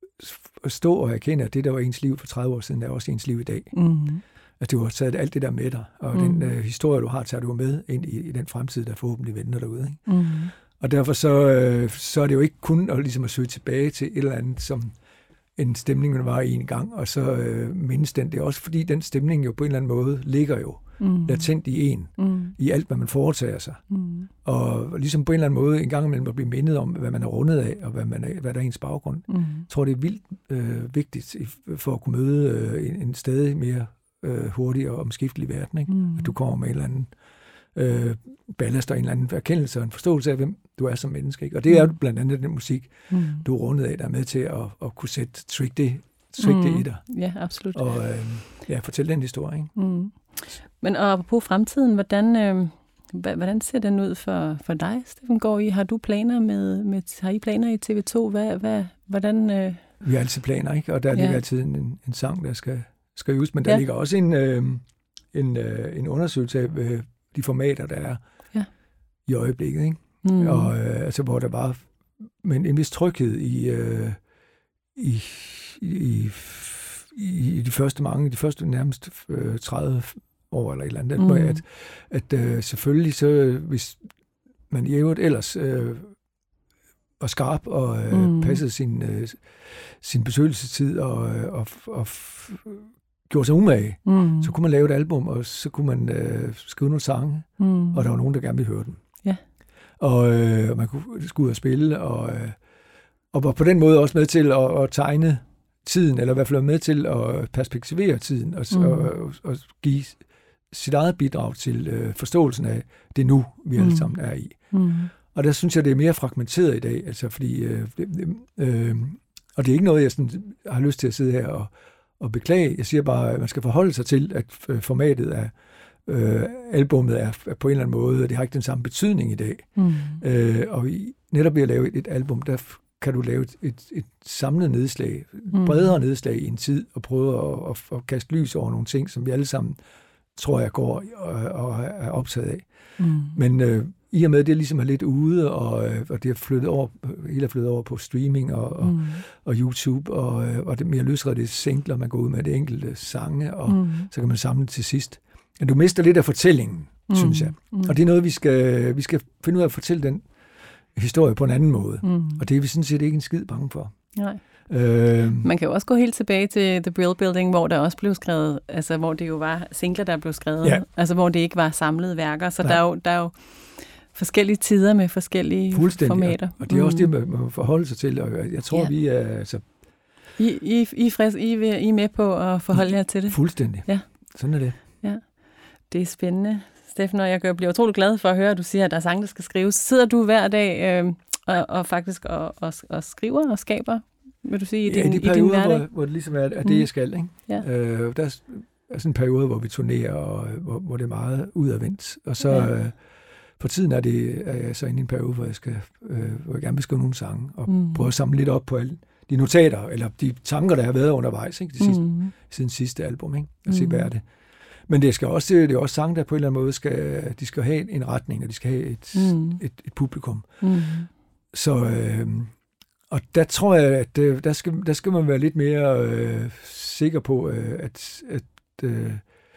stå og erkende, at det, der var ens liv for tredive år siden, er også ens liv i dag. Mm. At du har taget alt det der med dig, og mm. den øh, historie, du har, tager du med ind i, i den fremtid, der forhåbentlig venter derude. Ikke? Mm. Og derfor så, øh, så er det jo ikke kun at, ligesom at søge tilbage til et eller andet, som en stemning, man var i en gang, og så øh, mindes den. Det er også fordi, den stemning jo på en eller anden måde ligger jo mm. latent i en, mm. i alt, hvad man foretager sig. Mm. Og ligesom på en eller anden måde, en gang imellem at blive mindet om, hvad man er rundet af, og hvad, man er, hvad der er ens baggrund. Mm. Jeg tror, det er vildt øh, vigtigt for at kunne møde øh, en, en stadig mere øh, hurtig og omskiftelig verden. Ikke? Mm. At du kommer med en eller anden øh, ballast og en eller anden erkendelse og en forståelse af, hvem du er som menneske. Ikke? Og det er jo blandt andet den musik, mm. du er rundet af, der er med til at, at kunne sætte trick det, trick mm. det i dig. Ja, absolut. Og øh, ja, fortælle den historie. Ikke? Mm. Men og på fremtiden, hvordan, øh, hvordan ser den ud for, for dig, Steffen Gaard? I? Har du planer med, med, har I planer i T V to? Hvad, hvad, hvordan, øh... Vi har altid planer, ikke? Og der ligger ja. altid en, en sang, der skal skrives, men der ja. ligger også en, øh, en, øh, en undersøgelse af øh, de formater, der er ja. i øjeblikket, ikke? Mm. Og øh, altså, hvor der var men en vis tryghed i, øh, i, i, i, i de første mange, de første nærmest øh, tredive år eller et eller andet, mm. at, at øh, selvfølgelig så, hvis man i øvrigt ellers øh, var skarp og øh, mm. passede sin, øh, sin besøgelsestid og, og, og gjorde sig umage, mm. så kunne man lave et album, og så kunne man øh, skrive nogle sange, mm. og der var nogen, der gerne ville høre dem. Ja. Og øh, man kunne skulle ud og spille, og, øh, og var på den måde også med til at, at tegne tiden, eller i hvert fald var med til at perspektivere tiden, og, mm. og, og, og give sit eget bidrag til øh, forståelsen af det nu, vi mm. alle sammen er i. Mm. Og der synes jeg, det er mere fragmenteret i dag, altså fordi, øh, øh, og det er ikke noget, jeg sådan, har lyst til at sidde her og, og beklage. Jeg siger bare, at man skal forholde sig til, at formatet af øh, albummet er, er på en eller anden måde, og det har ikke den samme betydning i dag. Mm. Øh, og i, netop ved at lave et, et album, der kan du lave et, et, et samlet nedslag, mm. bredere nedslag i en tid, og prøve at, at, at kaste lys over nogle ting, som vi alle sammen, tror jeg, går og, og er optaget af. Mm. Men øh, i og med, at det ligesom er lidt ude, og, og det er flyttet over, hele er flyttet over på streaming og, mm. og, og YouTube, og, og det mere løsredte singler, man går ud med det enkelte sange, og mm. så kan man samle til sidst. Men du mister lidt af fortællingen, mm. synes jeg. Mm. Og det er noget, vi skal, vi skal finde ud af at fortælle den historie på en anden måde. Mm. Og det er vi sådan set ikke en skid bange for. Nej. Øh, Man kan jo også gå helt tilbage til The Brill Building, hvor der også blev skrevet, altså hvor det jo var singler, der blev skrevet, ja. altså hvor det ikke var samlede værker. Så der er, jo, der er jo forskellige tider med forskellige formater. Og det er også det, man må forholde sig til. Og jeg tror, ja. vi er... Altså, I, I, I, er frisk, I, I er med på at forholde jer til det? Fuldstændig. Ja. Sådan er det. Ja. Det er spændende. Steffen, og jeg bliver utrolig glad for at høre, at du siger, at der er sange, der skal skrives. Sidder du hver dag øh, og, og faktisk og, og, og skriver og skaber, vil du sige, i din, ja, i de perioder, i din hverdag? Hvor, hvor det ligesom er, er det, jeg skal. Ikke? Ja. Øh, der er sådan en periode, hvor vi turnerer, og hvor, hvor det er meget udadvendt. Og så ja. øh, for tiden er, det, er jeg så inde i en periode, hvor jeg, skal, øh, hvor jeg gerne vil skrive nogle sange, og mm. prøve at samle lidt op på alle de notater, eller de tanker, der har været undervejs, ikke? De sidste, mm. siden sidste album, ikke? Og se, mm. hvad er det. Men det skal også, det er også sange, der på en eller anden måde skal, de skal have en retning, og de skal have et, mm. et, et publikum. Mm. Så, øh, og der tror jeg, at øh, der, skal, der skal man være lidt mere øh, sikker på, øh, at, at øh,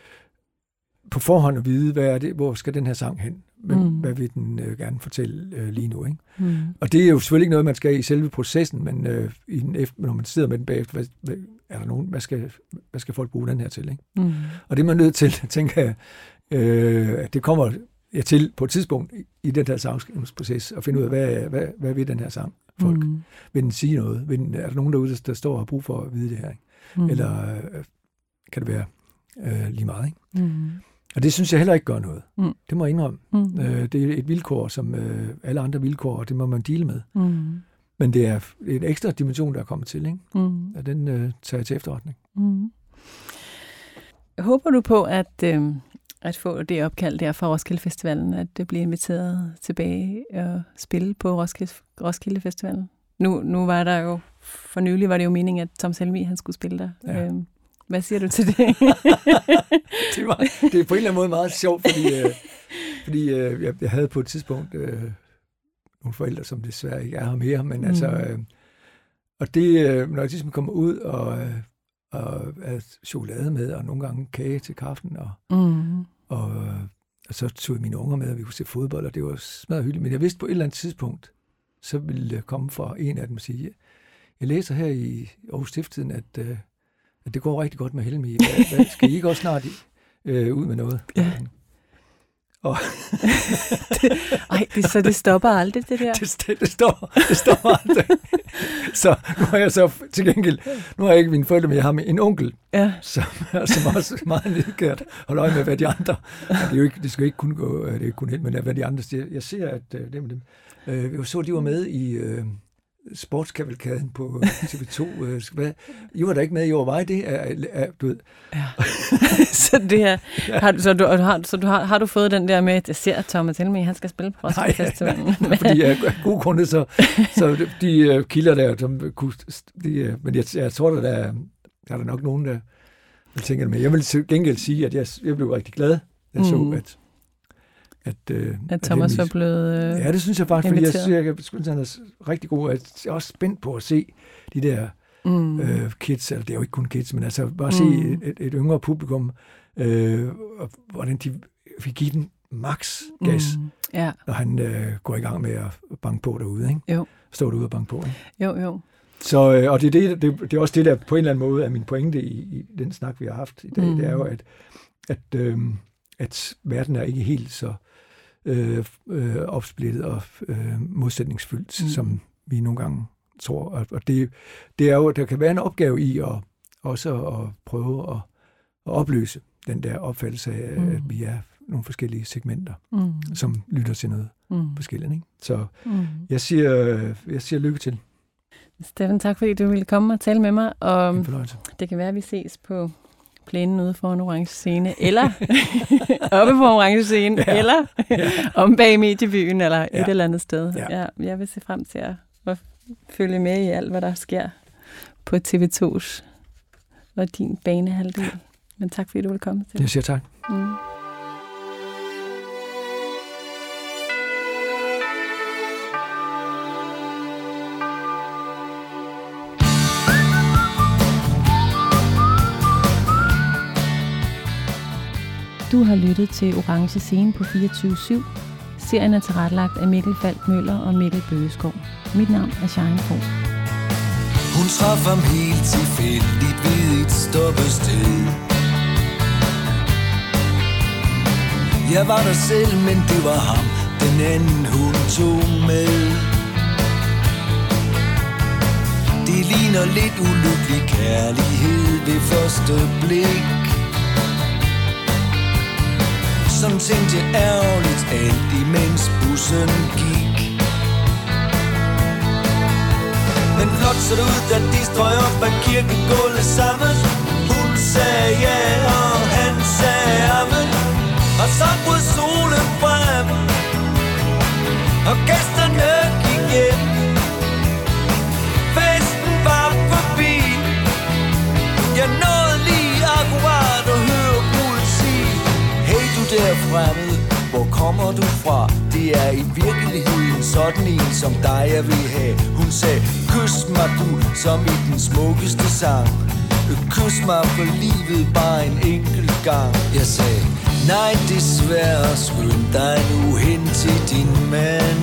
på forhånd at vide, hvad er det, hvor skal den her sang hen? Men, mm. hvad vil den øh, gerne fortælle øh, lige nu? Ikke? Mm. Og det er jo selvfølgelig ikke noget, man skal i selve processen, men øh, i den efter, når man sidder med den bagefter, hvad, hvad, er der nogen, hvad skal, hvad skal folk bruge den her til? Ikke? Mm. Og det er man nødt til, tænker jeg, øh, at det kommer jeg til på et tidspunkt i, i den her sangskrivningsproces, at finde ud af, hvad, hvad, hvad vil den her sang folk? Mm. Vil den sige noget? Vil den, er der nogen derude, der står og har brug for at vide det her? Ikke? Mm. Eller øh, kan det være øh, lige meget? Ikke? Mm. Og det synes jeg heller ikke gør noget. Mm. Det må jeg indrømme. Mm. Øh, det er et vilkår, som øh, alle andre vilkår, og det må man dele med. Mm. Men det er en ekstra dimension, der er kommet til, ikke? Mm. Og den øh, tager jeg til efterretning. Mm. Håber du på, at, øh, at få det opkald der fra Roskilde Festivalen, at det bliver inviteret tilbage og spille på Roskilde, Roskilde Festivalen? Nu, nu var der jo, for nylig var det jo meningen, at Thomas Helmig, han skulle spille der. Ja. Øh, Hvad siger du til det? det, var, det er på en eller anden måde meget sjovt, fordi, øh, fordi øh, jeg, jeg havde på et tidspunkt øh, nogle forældre, som desværre ikke er her mere, men mm. altså, øh, og det, øh, når jeg ligesom kommer ud og, øh, og havde chokolade med, og nogle gange kage til kaffen, og, mm. og, og så tog jeg mine unger med, og vi kunne se fodbold, og det var smadret hyggeligt, men jeg vidste på et eller andet tidspunkt, så ville jeg komme fra en af dem og sige, jeg læser her i Aarhus Stiftstidende, at øh, det går rigtig godt med Helmig. Hvad, hvad, skal I ikke også snart øh, ud med noget? Ja. Og det, ej, det, så det stopper aldrig, det der? Det, det, det, stopper, det stopper aldrig. Så nu har jeg så til gengæld, nu har jeg ikke mine forældre, men jeg har en onkel, ja. som, som også meget nedkært holder øje med, hvad de andre, det, er jo ikke, det skal ikke kun gå, det er ikke kun helt, men hvad de andre siger. Jeg ser, at øh, dem, dem, øh, jeg så, de var med i øh, sportskavalkaden på T V to. Hvad? I var der ikke med i år, var I det? Er, er, du ved. Ja. så det her, har, så, du, har, så du har, har du fået den der med, at jeg ser Thomas Helmig, han skal spille på Roskilde Festivalen? Nej, ja, fordi af gode grunde, så, så de uh, kilder der, som kunne, de, uh, men jeg, jeg tror, der er, der er der nok nogen, der vil tænke det med. Jeg vil til gengæld sige, at jeg, jeg blev rigtig glad, jeg mm. så, at At, øh, at Thomas at var blevet øh, ja, det synes jeg faktisk, inviteret. Fordi jeg, jeg, jeg synes, han er rigtig god. Jeg er også spændt på at se de der mm. øh, kids, eller det er jo ikke kun kids, men altså bare mm. se et, et, et yngre publikum, øh, og hvordan de vil give den max gas, mm. ja. når han øh, går i gang med at banke på derude. Ikke? Jo. Står derude og banke på. Ikke? Jo, jo. Så, øh, og det er, det, det, det er også det, der på en eller anden måde er min pointe i, i den snak, vi har haft i dag. Mm. Det er jo, at, at, øh, at verden er ikke helt så Øh, øh, opsplittet og øh, modsætningsfyldt, mm. som vi nogle gange tror. Og, og det, det er jo, der kan være en opgave i at også at prøve at, at opløse den der opfattelse af, mm. at vi er nogle forskellige segmenter, mm. som lytter til noget mm. forskelligt. Ikke? Så mm. jeg, siger, jeg siger lykke til. Steffen, tak fordi du ville komme og tale med mig. Og det kan være, at vi ses på plænen ude foran Orange Scene, eller oppe på Orange Scene, ja. eller ja. om bag Mediebyen, eller ja. et eller andet sted. Ja. Ja, jeg vil se frem til at, at følge med i alt, hvad der sker på T V to's og din banehalvdel. Men tak fordi du ville komme til. Jeg siger tak. Mm. Du har lyttet til Orange Scene på fireogtyve syv. Serien er tilrettelagt af Mikkel Falk Møller og Mikkel Bøgeskov. Mit navn er Shine Fogh. Hun traf ham helt tilfældigt ved et stoppested. Jeg var der selv, men det var ham, den anden hun tog med. Det ligner lidt ulykkelig kærlighed ved første blik. Som tænkte ærgerligt alt imens bussen gik. Men flot så det ud, da de strøg op ad kirkegulvet sammen. Hun sagde ja, og han sagde amen. Og så brød solen frem der fremmede, hvor kommer du fra? Det er i virkeligheden sådan en som dig jeg vil have. Hun sagde, kys mig du, som i den smukkeste sang. Kys mig for livet bare en enkelt gang. Jeg sagde, nej desværre, skynd dig nu hen til din mand.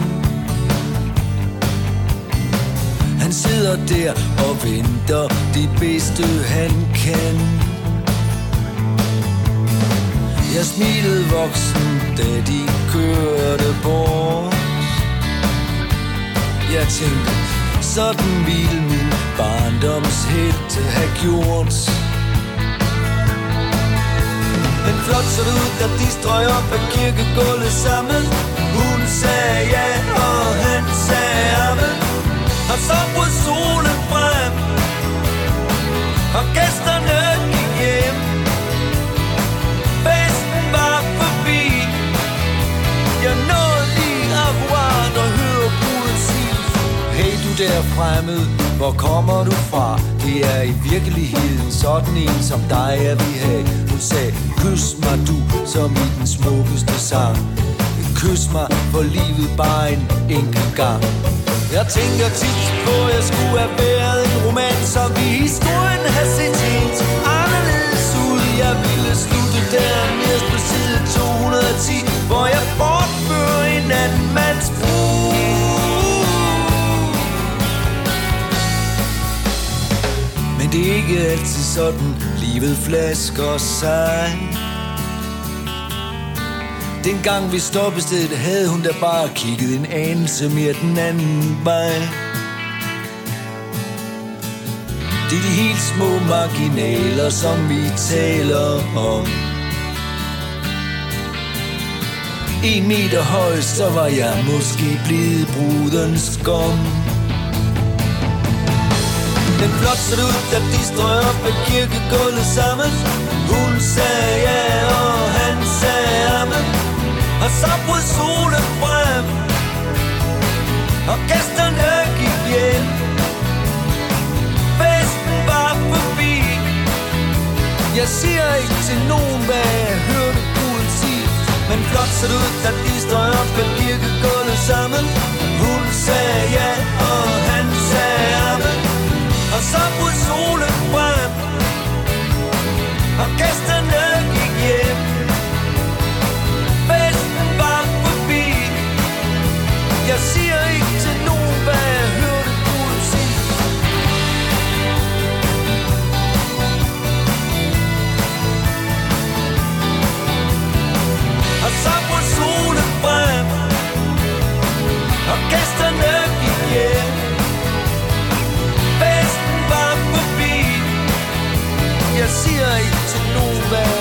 Han sidder der og venter det bedste han kan. Jeg smilede voksen, da de kørte bort. Jeg tænkte, sådan ville min barndomshelt have gjort. Men flot så det ud, da de strøg op ad kirkegulvet sammen. Hun sagde ja, og han sagde amen. Og så brød solen frem, og gæsterne gik hjem. Festen var forbi. Jeg nåede lige akkurat og hørte bruden sige, hey du der fremmede, hvor kommer du fra? Det er i virkeligheden sådan en som dig jeg vil have. Hun sagde, kys mig du, som i den smukkeste sang. Kys mig for livet bare en enkelt gang. Jeg tænker tit på, at jeg skulle have været en roman, som i historien har set helt anderledes ud. Jeg ville slutte der nederst på side to hundrede og ti, hvor jeg bortfører en anden mands brud. Men det er ikke altid sådan, livet flasker sig. Dengang vi stoppede stedet, havde hun da bare kigget en anelse mere den anden vej. Det er de helt små marginaler, som vi taler om. En meter høj, så var jeg måske blevet brudens gom. Men flot så det ud, da de strøg op ad kirkegulvet sammen. Hun sagde ja, og han sagde amen. Og så brød solen frem, og gæsterne gik hjem. Festen var forbi. Jeg siger ikke til nogen, hvad jeg hørte bruden sige. Men flot så det ud, da de strøg op ad kirkegulvet sammen. Hun sagde ja, og han sagde amen. Og så brød solen frem, og gæsterne gik hjem. Jeg siger ikke til nogen, hvad jeg hørte bruden sige. Og så brød solen frem, og gæsterne gik hjem. Festen var forbi. Jeg siger ikke til nogen, hvad